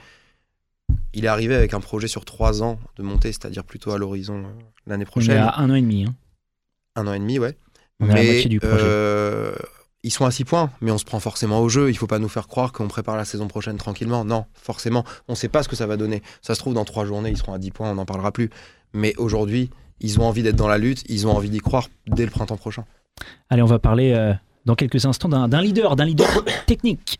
Il est arrivé avec un projet sur 3 ans de montée, c'est-à-dire plutôt à l'horizon l'année prochaine. Il y a 1 an et demi. 1 an et demi, ouais. On est à la moitié du projet. Ils sont à 6 points, mais on se prend forcément au jeu. Il ne faut pas nous faire croire qu'on prépare la saison prochaine tranquillement. Non, forcément. On ne sait pas ce que ça va donner. Ça se trouve, dans 3 journées, ils seront à 10 points, on n'en parlera plus. Mais aujourd'hui, ils ont envie d'être dans la lutte, ils ont envie d'y croire dès le printemps prochain. Allez, on va parler dans quelques instants d'un leader technique.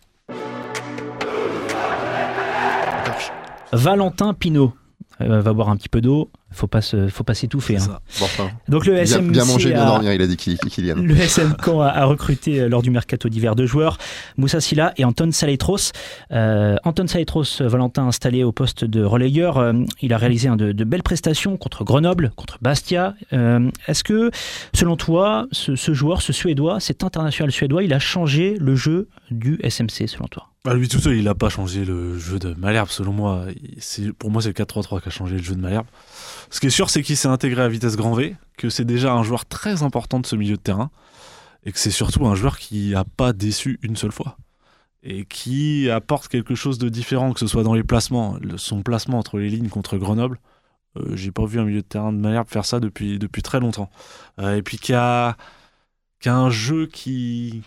Valentin Pinault va boire un petit peu d'eau. Faut pas s'étouffer. Hein. Bon, Donc le SMC bien manger, bien dormir, il a dit Kylian. Le SM Caen a recruté lors du mercato d'hiver 2 joueurs, Moussa Silla et Anton Saletros. Anton Saletros, Valentin installé au poste de relayeur, il a réalisé de belles prestations contre Grenoble, contre Bastia. Est-ce que, selon toi, ce joueur, ce Suédois, cet international suédois, il a changé le jeu du SMC, selon toi ? Lui tout seul, il n'a pas changé le jeu de Malherbe, selon moi. Pour moi, c'est le 4-3-3 qui a changé le jeu de Malherbe. Ce qui est sûr, c'est qu'il s'est intégré à Vitesse Grand V, que c'est déjà un joueur très important de ce milieu de terrain, et que c'est surtout un joueur qui n'a pas déçu une seule fois, et qui apporte quelque chose de différent, que ce soit dans les placements. Son placement entre les lignes contre Grenoble, j'ai pas vu un milieu de terrain de Malherbe faire ça depuis très longtemps. Et puis qui a un jeu qui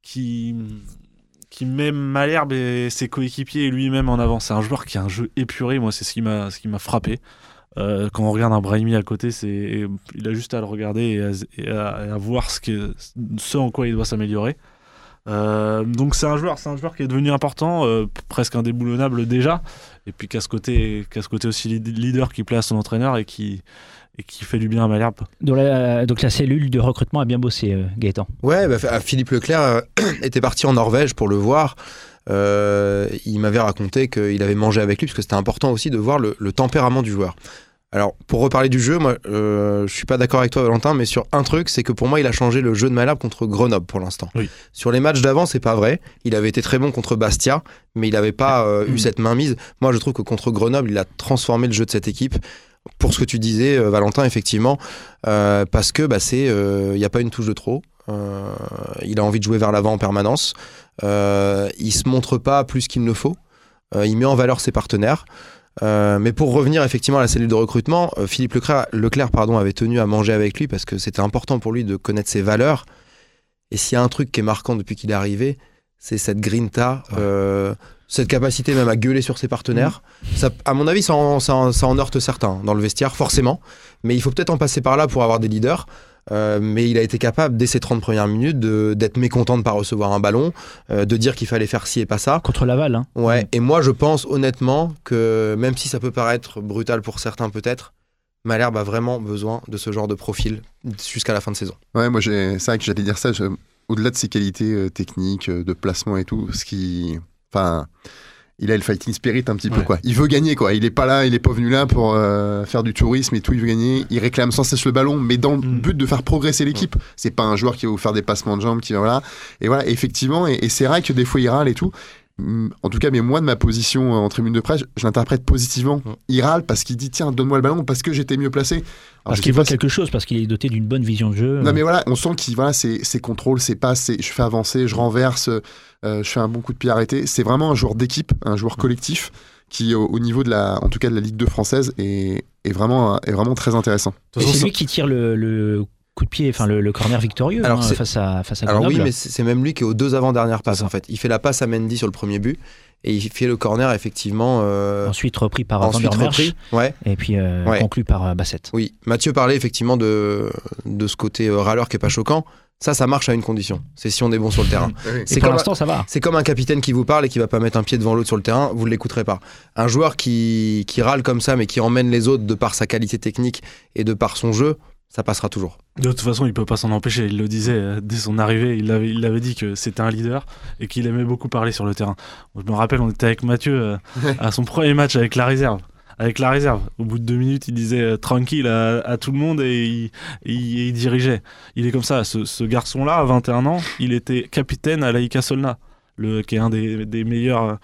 met Malherbe et ses coéquipiers et lui-même en avant. C'est un joueur qui a un jeu épuré, moi c'est ce qui m'a frappé. Quand on regarde un Brahimi à côté, il a juste à le regarder et à voir ce en quoi il doit s'améliorer. Donc c'est un joueur qui est devenu important, presque indéboulonnable déjà, et puis qu'à ce côté aussi leader qui plaît à son entraîneur et qui fait du bien à Malherbe. Donc la cellule de recrutement a bien bossé, Gaëtan. Ouais, Philippe Leclerc était parti en Norvège pour le voir. Il m'avait raconté qu'il avait mangé avec lui, parce que c'était important aussi de voir le tempérament du joueur. Alors, pour reparler du jeu, moi, je suis pas d'accord avec toi, Valentin, mais sur un truc, c'est que pour moi, il a changé le jeu de Malherbe contre Grenoble pour l'instant. Oui. Sur les matchs d'avant, c'est pas vrai. Il avait été très bon contre Bastia, mais il avait pas eu cette mainmise. Moi, je trouve que contre Grenoble, il a transformé le jeu de cette équipe. Pour ce que tu disais, Valentin, effectivement, parce que il y a pas une touche de trop. Il a envie de jouer vers l'avant en permanence. Il se montre pas plus qu'il ne faut. Il met en valeur ses partenaires. Mais pour revenir effectivement à la cellule de recrutement, Philippe Leclerc avait tenu à manger avec lui parce que c'était important pour lui de connaître ses valeurs. Et s'il y a un truc qui est marquant depuis qu'il est arrivé, c'est cette grinta, cette capacité même à gueuler sur ses partenaires. Ça, à mon avis, ça en heurte certains dans le vestiaire, forcément. Mais il faut peut-être en passer par là pour avoir des leaders. Mais il a été capable, dès ses 30 premières minutes, d'être mécontent de ne pas recevoir un ballon, de dire qu'il fallait faire ci et pas ça. Contre Laval, hein. Ouais. Et moi, je pense honnêtement que, même si ça peut paraître brutal pour certains peut-être, Malherbe a vraiment besoin de ce genre de profil jusqu'à la fin de saison. Ouais, moi, c'est vrai que j'allais dire ça. Au-delà de ses qualités techniques, de placement et tout, il a le fighting spirit un petit peu, quoi. Il veut gagner, quoi. Il est pas là, il est pas venu là pour faire du tourisme et tout. Il veut gagner. Il réclame sans cesse le ballon, mais dans le but de faire progresser l'équipe. C'est pas un joueur qui va vous faire des passements de jambes, Et voilà, effectivement. Et c'est vrai que des fois il râle et tout. En tout cas, mais moi, de ma position en tribune de presse, je l'interprète positivement. Il râle parce qu'il dit tiens, donne-moi le ballon parce que j'étais mieux placé. Parce qu'il voit quelque chose, parce qu'il est doté d'une bonne vision de jeu. Non, mais voilà, on sent qu'il c'est contrôle, c'est passe, je fais avancer, je renverse, je fais un bon coup de pied arrêté. C'est vraiment un joueur d'équipe, un joueur collectif qui, au niveau de la Ligue 2 française, est vraiment très intéressant. Et c'est lui qui tire le coup de pied, enfin le corner victorieux face à Grenoble. Alors oui, mais c'est même lui qui est aux 2 avant-dernières passes en fait. Il fait la passe à Mendy sur le premier but et il fait le corner effectivement. Ensuite repris par Van der Merch, et puis conclu par Bassett. Oui, Mathieu parlait effectivement de ce côté râleur qui est pas choquant. Ça marche à une condition, c'est si on est bon sur le terrain. Et pour l'instant, ça va. C'est comme un capitaine qui vous parle et qui va pas mettre un pied devant l'autre sur le terrain, vous ne l'écouterez pas. Un joueur qui râle comme ça, mais qui emmène les autres de par sa qualité technique et de par son jeu, ça passera toujours. De toute façon, il peut pas s'en empêcher. Il le disait dès son arrivée. Il avait dit que c'était un leader et qu'il aimait beaucoup parler sur le terrain. Je me rappelle, on était avec Mathieu à son premier match avec la réserve. Au bout de 2 minutes, il disait tranquille à tout le monde et il dirigeait. Il est comme ça. Ce garçon-là, à 21 ans, il était capitaine à l'AIK Solna, qui est une des meilleures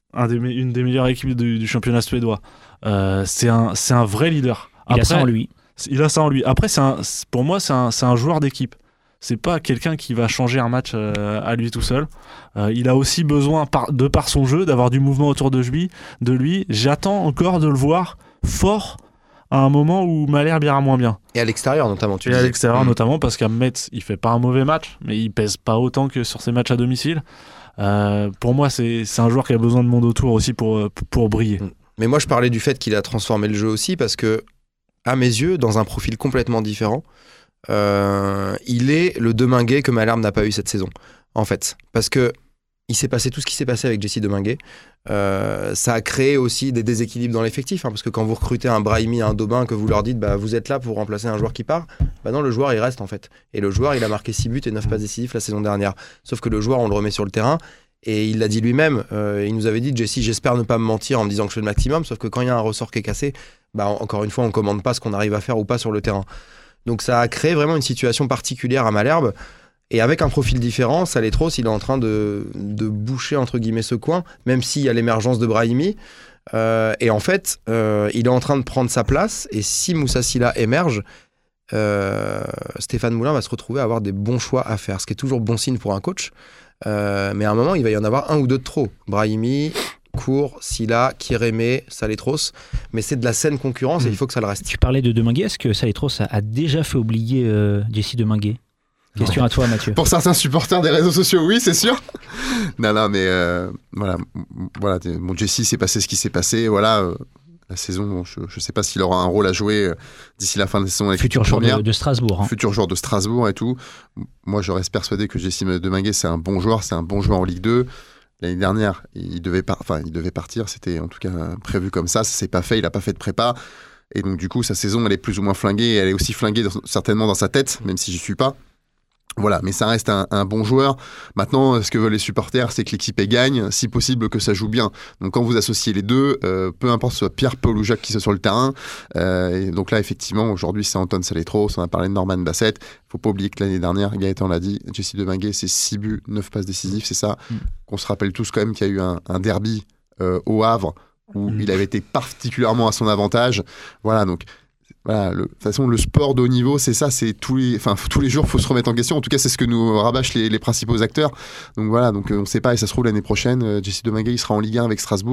équipes du championnat suédois. C'est un vrai leader. Il a ça en lui. Il a ça en lui. Après, pour moi, c'est un joueur d'équipe. C'est pas quelqu'un qui va changer un match à lui tout seul. Il a aussi besoin, de par son jeu, d'avoir du mouvement autour de lui. J'attends encore de le voir fort à un moment où Malherbe ira moins bien. Et à l'extérieur notamment, à l'extérieur notamment, parce qu'à Metz, il fait pas un mauvais match, mais il pèse pas autant que sur ses matchs à domicile. Pour moi, c'est un joueur qui a besoin de monde autour aussi pour briller. Mais moi, je parlais du fait qu'il a transformé le jeu aussi, parce que à mes yeux, dans un profil complètement différent, il est le Deminguet que Malherbe n'a pas eu cette saison, en fait. Parce que il s'est passé tout ce qui s'est passé avec Jesse Deminguet. Ça a créé aussi des déséquilibres dans l'effectif, parce que quand vous recrutez un Brahimi, un Daubin, que vous leur dites vous êtes là pour remplacer un joueur qui part, non, le joueur il reste en fait. Et le joueur il a marqué 6 buts et 9 passes décisives la saison dernière. Sauf que le joueur on le remet sur le terrain. Et il l'a dit lui-même, il nous avait dit Jesse, j'espère ne pas me mentir en me disant que je fais le maximum, sauf que quand il y a un ressort qui est cassé, encore une fois on commande pas ce qu'on arrive à faire ou pas sur le terrain. Donc ça a créé vraiment une situation particulière à Malherbe, et avec un profil différent, Saletros il est en train de boucher entre guillemets ce coin, même s'il y a l'émergence de Brahimi, et en fait il est en train de prendre sa place, et si Moussa Sylla émerge, Stéphane Moulin va se retrouver à avoir des bons choix à faire, ce qui est toujours bon signe pour un coach. Mais à un moment il va y en avoir 1 ou 2 de trop. Brahimi, Cour, Sylla, Kérémé, Saletros, mais c'est de la saine concurrence et il faut que ça le reste. Tu parlais de Deminguet, est-ce que Saletros a déjà fait oublier Jesse Deminguet? Question à toi, Mathieu. Pour certains supporters des réseaux sociaux, oui, c'est sûr. non, mais voilà, bon, Jesse, s'est passé ce qui s'est passé, voilà. La saison, je ne sais pas s'il aura un rôle à jouer d'ici la fin de la saison. Futur joueur de Strasbourg. Futur joueur de Strasbourg et tout. Moi, je reste persuadé que Jesse Deminguet, c'est un bon joueur en Ligue 2. L'année dernière, il devait partir. C'était en tout cas prévu comme ça. Ça ne s'est pas fait. Il n'a pas fait de prépa. Et donc, du coup, sa saison, elle est plus ou moins flinguée. Elle est aussi flinguée certainement dans sa tête, même si je n'y suis pas. Voilà, mais ça reste un bon joueur. Maintenant, ce que veulent les supporters, c'est que l'équipe gagne, si possible que ça joue bien. Donc quand vous associez les deux, peu importe ce soit Pierre, Paul ou Jacques qui soit sur le terrain, et donc là, effectivement, aujourd'hui, c'est Anton Saletros, on a parlé de Norman Bassett. Faut pas oublier que l'année dernière, Gaëtan l'a dit, Jesse Deminguet, c'est 6 buts, 9 passes décisives, c'est ça. Qu'on se rappelle tous quand même qu'il y a eu un derby au Havre, où il avait été particulièrement à son avantage. Voilà, donc... Voilà, de toute façon, le sport de haut niveau, c'est ça, c'est tous les jours, il faut se remettre en question. En tout cas, c'est ce que nous rabâchent les principaux acteurs. Donc voilà, on ne sait pas, et ça se trouve l'année prochaine, Jesse Deminguet, il sera en Ligue 1 avec Strasbourg.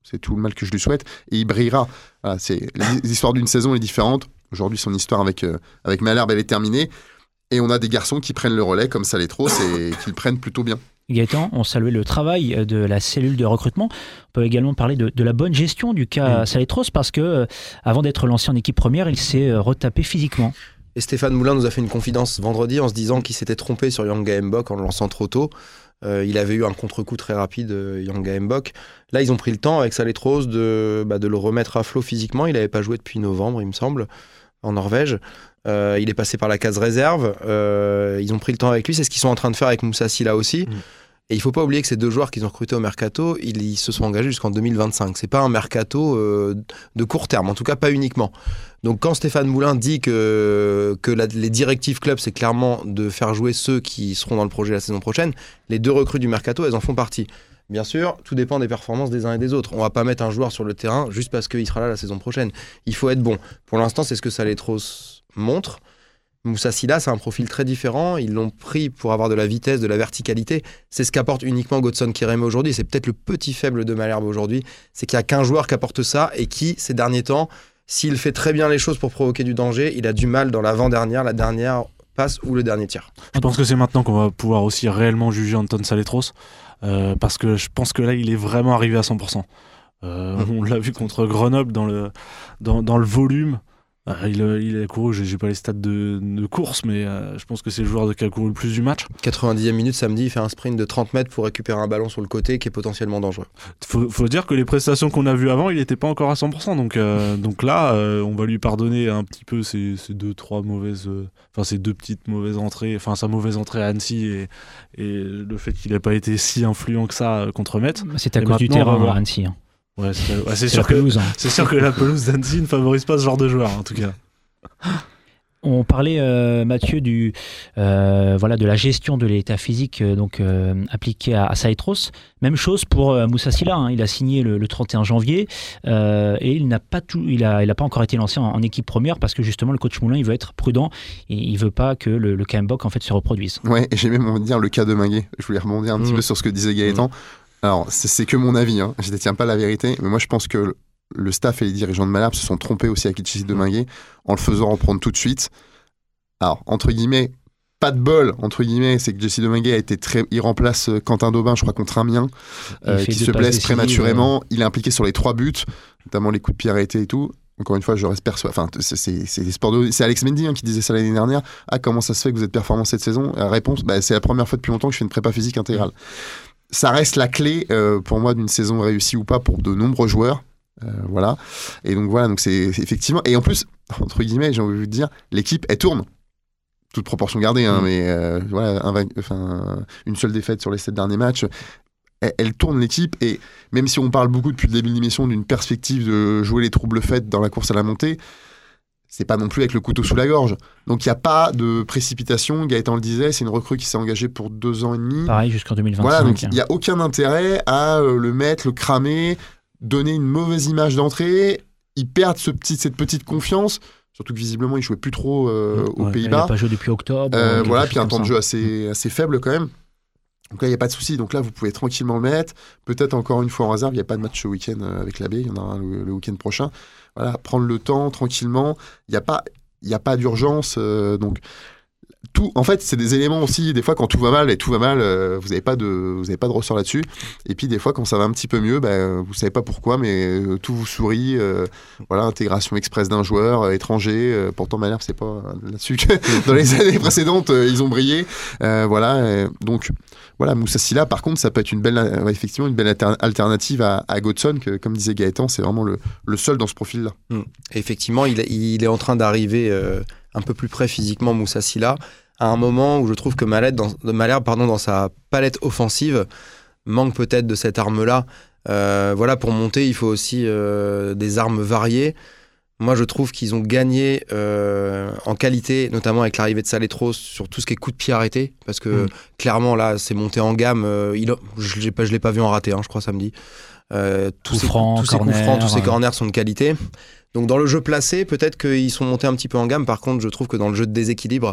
C'est tout le mal que je lui souhaite. Et il brillera. Voilà, les histoires d'une saison est différente. Aujourd'hui, son histoire avec Malherbe, elle est terminée. Et on a des garçons qui prennent le relais comme Saletros et qui le prennent plutôt bien. Gaëtan, on saluait le travail de la cellule de recrutement. On peut également parler de la bonne gestion du cas Saletros parce que avant d'être lancé en équipe première, il s'est retapé physiquement. Et Stéphane Moulin nous a fait une confidence vendredi en se disant qu'il s'était trompé sur Yanga Mbok en le lançant trop tôt. Il avait eu un contre-coup très rapide, Yanga Mbok. Là, ils ont pris le temps avec Saletros de le remettre à flot physiquement. Il n'avait pas joué depuis novembre, il me semble, en Norvège. Il est passé par la case réserve. Ils ont pris le temps avec lui. C'est ce qu'ils sont en train de faire avec Moussa Sylla aussi. Et il ne faut pas oublier que ces 2 joueurs qu'ils ont recrutés au mercato, ils se sont engagés jusqu'en 2025. Ce n'est pas un mercato de court terme, en tout cas pas uniquement. Donc quand Stéphane Moulin dit que les directives club, c'est clairement de faire jouer ceux qui seront dans le projet la saison prochaine, les 2 recrues du mercato, elles en font partie. Bien sûr, tout dépend des performances des uns et des autres. On ne va pas mettre un joueur sur le terrain juste parce qu'il sera là la saison prochaine. Il faut être bon. Pour l'instant, c'est ce que Saletros montre. Moussa Sylla, c'est un profil très différent. Ils l'ont pris pour avoir de la vitesse, de la verticalité. C'est ce qu'apporte uniquement Godson Kireme aujourd'hui. C'est peut-être le petit faible de Malherbe aujourd'hui. C'est qu'il n'y a qu'un joueur qui apporte ça et qui, ces derniers temps, s'il fait très bien les choses pour provoquer du danger, il a du mal dans l'avant-dernière, la dernière passe ou le dernier tir. Je pense que c'est maintenant qu'on va pouvoir aussi réellement juger Anton Saletros parce que je pense que là, il est vraiment arrivé à 100%. On l'a vu contre Grenoble dans le volume. Il a couru, j'ai pas les stats de course, mais je pense que c'est le joueur qui a couru le plus du match. 90e minute samedi, il fait un sprint de 30 mètres pour récupérer un ballon sur le côté qui est potentiellement dangereux. Faut dire que les prestations qu'on a vues avant, il n'était pas encore à 100%. Donc là, on va lui pardonner un petit peu ces 2-3 mauvaises... ces 2 petites mauvaises entrées, sa mauvaise entrée à Annecy et le fait qu'il n'ait pas été si influent que ça contre Metz. C'est à cause du terrain à Annecy. Ouais, c'est sûr que la pelouse d'Annecy ne favorise pas ce genre de joueur, en tout cas. On parlait, Mathieu, de la gestion de l'état physique appliqué à Saletros. Même chose pour Moussa Sylla. Il a signé le 31 janvier et il n'a pas encore été lancé en équipe première parce que justement le coach Moulin il veut être prudent et il veut pas que le cas Mbok en fait se reproduise. Ouais, et j'ai même envie de dire le cas de Minguet. Je voulais rebondir un petit peu sur ce que disait Gaëtan. Alors, c'est que mon avis, je ne détiens pas la vérité, mais moi je pense que le staff et les dirigeants de Malherbe se sont trompés aussi avec Jessie Deminguet en le faisant reprendre tout de suite. Alors, entre guillemets, pas de bol, entre guillemets, c'est que Jessie Deminguet il remplace Quentin Daubin, je crois, contre Amiens, qui se blesse prématurément. Il est impliqué sur les 3 buts, notamment les coups de pied arrêtés et tout. Encore une fois, je reste persuadé. Enfin, c'est des sports de... C'est Alex Mendy qui disait ça l'année dernière. Ah, comment ça se fait que vous êtes performant cette saison ? La réponse, c'est la première fois depuis longtemps que je fais une prépa physique intégrale. Ça reste la clé pour moi d'une saison réussie ou pas pour de nombreux joueurs. Voilà. Et donc c'est effectivement. Et en plus, entre guillemets, j'ai envie de vous dire, l'équipe, elle tourne. Toute proportion gardée, mais une seule défaite sur les 7 derniers matchs. Elle tourne l'équipe. Et même si on parle beaucoup depuis le début de l'émission d'une perspective de jouer les troubles faits dans la course à la montée, c'est pas non plus avec le couteau sous la gorge. Donc il n'y a pas de précipitation. Gaëtan le disait, c'est une recrue qui s'est engagée pour 2 ans et demi. Pareil, jusqu'en 2025. Voilà, donc il n'y a aucun intérêt à le mettre, le cramer, donner une mauvaise image d'entrée. Ils perdent cette petite confiance. Surtout que visiblement, il ne jouait plus trop aux Pays-Bas. Il n'a pas joué depuis octobre. Puis un temps de jeu assez faible quand même. Donc là, il n'y a pas de souci. Donc là, vous pouvez tranquillement le mettre. Peut-être encore une fois en réserve. Il n'y a pas de match ce week-end avec l'AB. Il y en aura le week-end prochain. Voilà, prendre le temps tranquillement. Il n'y a pas d'urgence. Donc, tout, en fait, c'est des éléments aussi. Des fois, quand tout va mal, vous n'avez pas de ressort là-dessus. Et puis, des fois, quand ça va un petit peu mieux, vous ne savez pas pourquoi, mais tout vous sourit. Intégration express d'un joueur étranger. Pourtant, Malherbe, c'est pas là-dessus que dans les années précédentes, ils ont brillé. Donc, Moussa Sylla, par contre, ça peut être une belle alternative à Godson, que, comme disait Gaëtan, c'est vraiment le seul dans ce profil-là. Effectivement, il est en train d'arriver un peu plus près physiquement, Moussa Sylla, à un moment où je trouve que Malherbe, dans sa palette offensive, manque peut-être de cette arme-là. Pour monter, il faut aussi des armes variées. Moi, je trouve qu'ils ont gagné en qualité, notamment avec l'arrivée de Saletros, sur tout ce qui est coup de pied arrêté, parce que clairement, là, c'est monté en gamme. Je l'ai pas vu en raté, je crois, samedi. Tous ces coups francs, tous ces corners sont de qualité. Donc, dans le jeu placé, peut-être qu'ils sont montés un petit peu en gamme. Par contre, je trouve que dans le jeu de déséquilibre,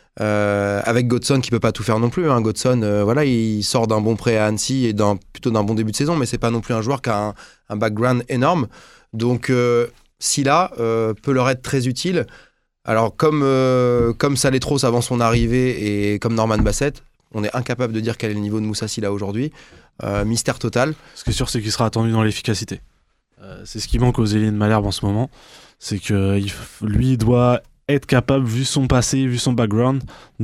avec Godson qui peut pas tout faire non plus. Hein. Godson, voilà, il sort d'un bon prêt à Annecy et plutôt d'un bon début de saison, mais c'est pas non plus un joueur qui a un background énorme. Donc Sylla peut leur être très utile. Alors comme Saletros avant son arrivée et comme Norman Bassett, on est incapable de dire quel est le niveau de Moussa Sylla aujourd'hui. Mystère total. Ce qui est sûr, c'est qu'il sera attendu dans l'efficacité. C'est ce qui manque aux ailiers de Malherbe en ce moment. C'est que lui doit être capable, vu son passé, vu son background,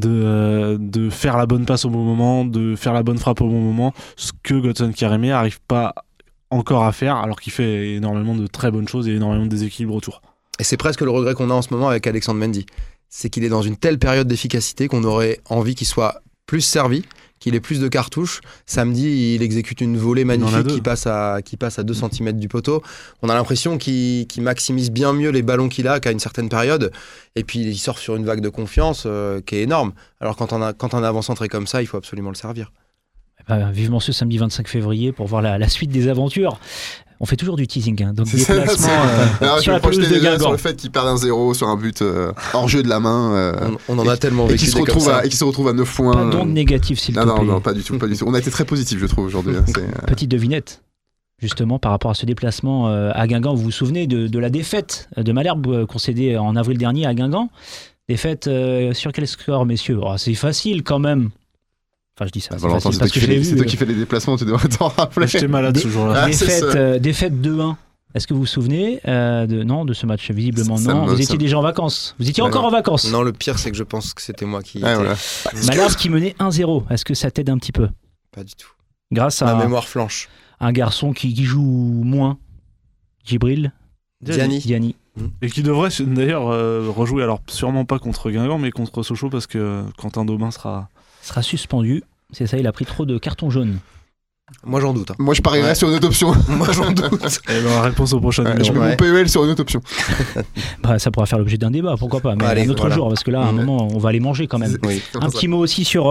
de faire la bonne passe au bon moment, de faire la bonne frappe au bon moment, ce que Godson Kérémé n'arrive pas encore à faire, alors qu'il fait énormément de très bonnes choses et énormément de déséquilibre autour. Et c'est presque le regret qu'on a en ce moment avec Alexandre Mendy. C'est qu'il est dans une telle période d'efficacité qu'on aurait envie qu'il soit plus servi, qu'il ait plus de cartouches. Samedi, il exécute une volée magnifique qui passe à 2 cm du poteau. On a l'impression qu'il maximise bien mieux les ballons qu'il a qu'à une certaine période. Et puis, il sort sur une vague de confiance qui est énorme. Alors, quand on a avant-centré comme ça, il faut absolument le servir. Vivement ce samedi 25 février pour voir la suite des aventures. On fait toujours du teasing, hein. Donc déplacement sur la pelouse de Guingamp. Sur le fait qu'il perd 1-0 sur un but hors jeu de la main. On en a tellement vécu et qui se retrouve à 9 points. Pas d'onde négative, s'il te plaît. Non, pas du tout. On a été très positif, je trouve, aujourd'hui. Petite devinette, justement, par rapport à ce déplacement à Guingamp. Vous vous souvenez de la défaite de Malherbe concédée en avril dernier à Guingamp? Défaite sur quel score, messieurs? C'est facile quand même. Enfin, je dis ça. C'est toi qui fais les déplacements, tu devrais t'en rappeler. J'étais malade ce jour-là. Défaite 2-1. Est-ce que vous vous souvenez de ce match? Visiblement non. Vous étiez déjà en vacances. Vous étiez encore en vacances. Non, le pire, c'est que je pense que c'était moi qui. Voilà. Malherbe qui menait 1-0. Est-ce que ça t'aide un petit peu? Pas du tout. Grâce à ma mémoire flanche. Un garçon qui joue moins. Djibril Diani. Et qui devrait d'ailleurs rejouer, alors sûrement pas contre Guingamp, mais contre Sochaux, parce que Quentin Daubin sera suspendu. C'est ça, il a pris trop de cartons jaunes. Moi j'en doute. Moi je parierais sur une autre option. Moi j'en doute. Et la réponse au prochain numéro. Je mets mon PEL sur une autre option. Ça pourra faire l'objet d'un débat, pourquoi pas. Mais un autre jour, parce que là, à un moment, on va aller manger quand même. Oui, un petit mot aussi sur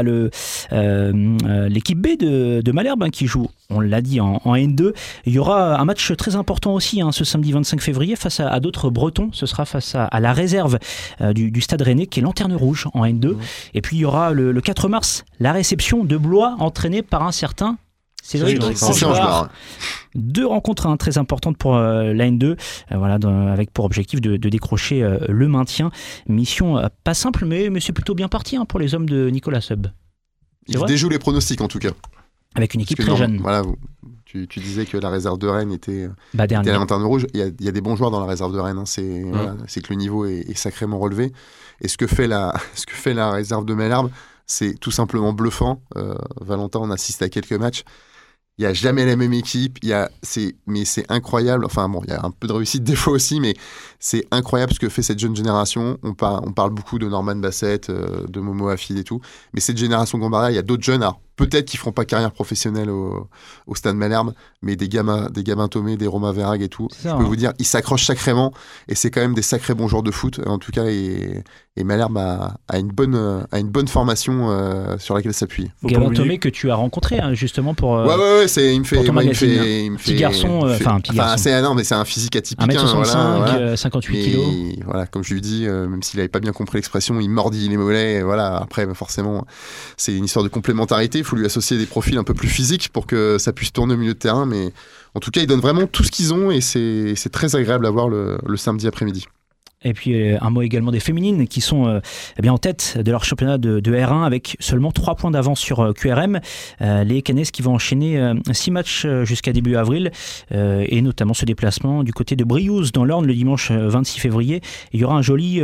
l'équipe B de Malherbe qui joue, on l'a dit, en N2. Il y aura un match très important aussi ce samedi 25 février face à d'autres Bretons. Ce sera face à la réserve du Stade Rennais qui est Lanterne Rouge en N2. Et puis il y aura le 4 mars la réception de Blois entraînée par un certain Cédric Angebar. 2 rencontres très importantes pour la N2, avec pour objectif de décrocher le maintien. Mission pas simple, mais c'est plutôt bien parti pour les hommes de Nicolas Seub. Il déjoue les pronostics en tout cas. Avec une équipe très jeune. Voilà, tu disais que la réserve de Rennes était à la Lanterne Rouge. Il y a des bons joueurs dans la réserve de Rennes. C'est que le niveau est sacrément relevé. Et ce que fait la réserve de Malherbe, c'est tout simplement bluffant. Valentin, on assiste à quelques matchs. Il n'y a jamais la même équipe, mais c'est incroyable. Enfin bon, il y a un peu de réussite des fois aussi, mais c'est incroyable ce que fait cette jeune génération. On parle beaucoup de Norman Bassett, de Momo Hafid et tout, mais cette génération Gambardella, il y a d'autres jeunes. Alors, peut-être qu'ils ne feront pas carrière professionnelle au Stade Malherbe, mais des Gabin Thomé, des Romain Verhaeghe et tout, je peux vous dire, ils s'accrochent sacrément, et c'est quand même des sacrés bons joueurs de foot, en tout cas, et Malherbe a une bonne formation sur laquelle s'appuyer. Gabin Thomé que tu as rencontré justement pour... Ouais, il me fait petit garçon, c'est un physique atypique. 1m65, 58 kilos. Voilà, comme je lui dis, même s'il n'avait pas bien compris l'expression, il mordit les mollets, et voilà, après, forcément, c'est une histoire de complémentarité. Il faut lui associer des profils un peu plus physiques pour que ça puisse tourner au milieu de terrain, mais en tout cas ils donnent vraiment tout ce qu'ils ont et c'est très agréable à voir le samedi après-midi. Et puis un mot également des féminines qui sont en tête de leur championnat de R1 avec seulement 3 points d'avance sur QRM. Les Canaises qui vont enchaîner 6 matchs jusqu'à début avril et notamment ce déplacement du côté de Briouze dans l'Orne le dimanche 26 février. Il y aura un joli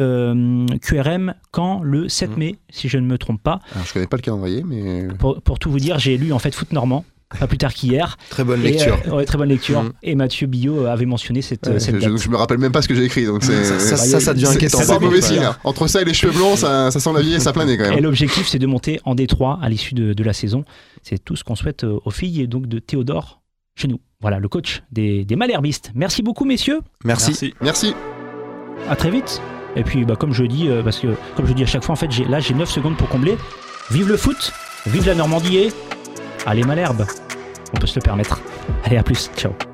QRM quand le 7 mai, si je ne me trompe pas. Alors, je connais pas le calendrier, mais... Pour tout vous dire, j'ai lu en fait Foot Normand. Pas plus tard qu'hier. Très bonne lecture. Très bonne lecture. Et Mathieu Billot avait mentionné cette date. Je me rappelle même pas ce que j'ai écrit. Donc ça devient inquiétant. C'est pas mauvais signe. Entre ça et les cheveux blancs, ça sent la vieille et ça planait quand même. Et l'objectif, c'est de monter en D3 à l'issue de la saison. C'est tout ce qu'on souhaite aux filles et donc de Théodore chez nous. Voilà, le coach des Malherbistes. Merci beaucoup, messieurs. Merci. À très vite. Et puis, comme je dis, parce que comme je dis à chaque fois, en fait, j'ai 9 secondes pour combler. Vive le foot, vive la Normandie et allez Malherbe. On peut se le permettre. Allez, à plus. Ciao.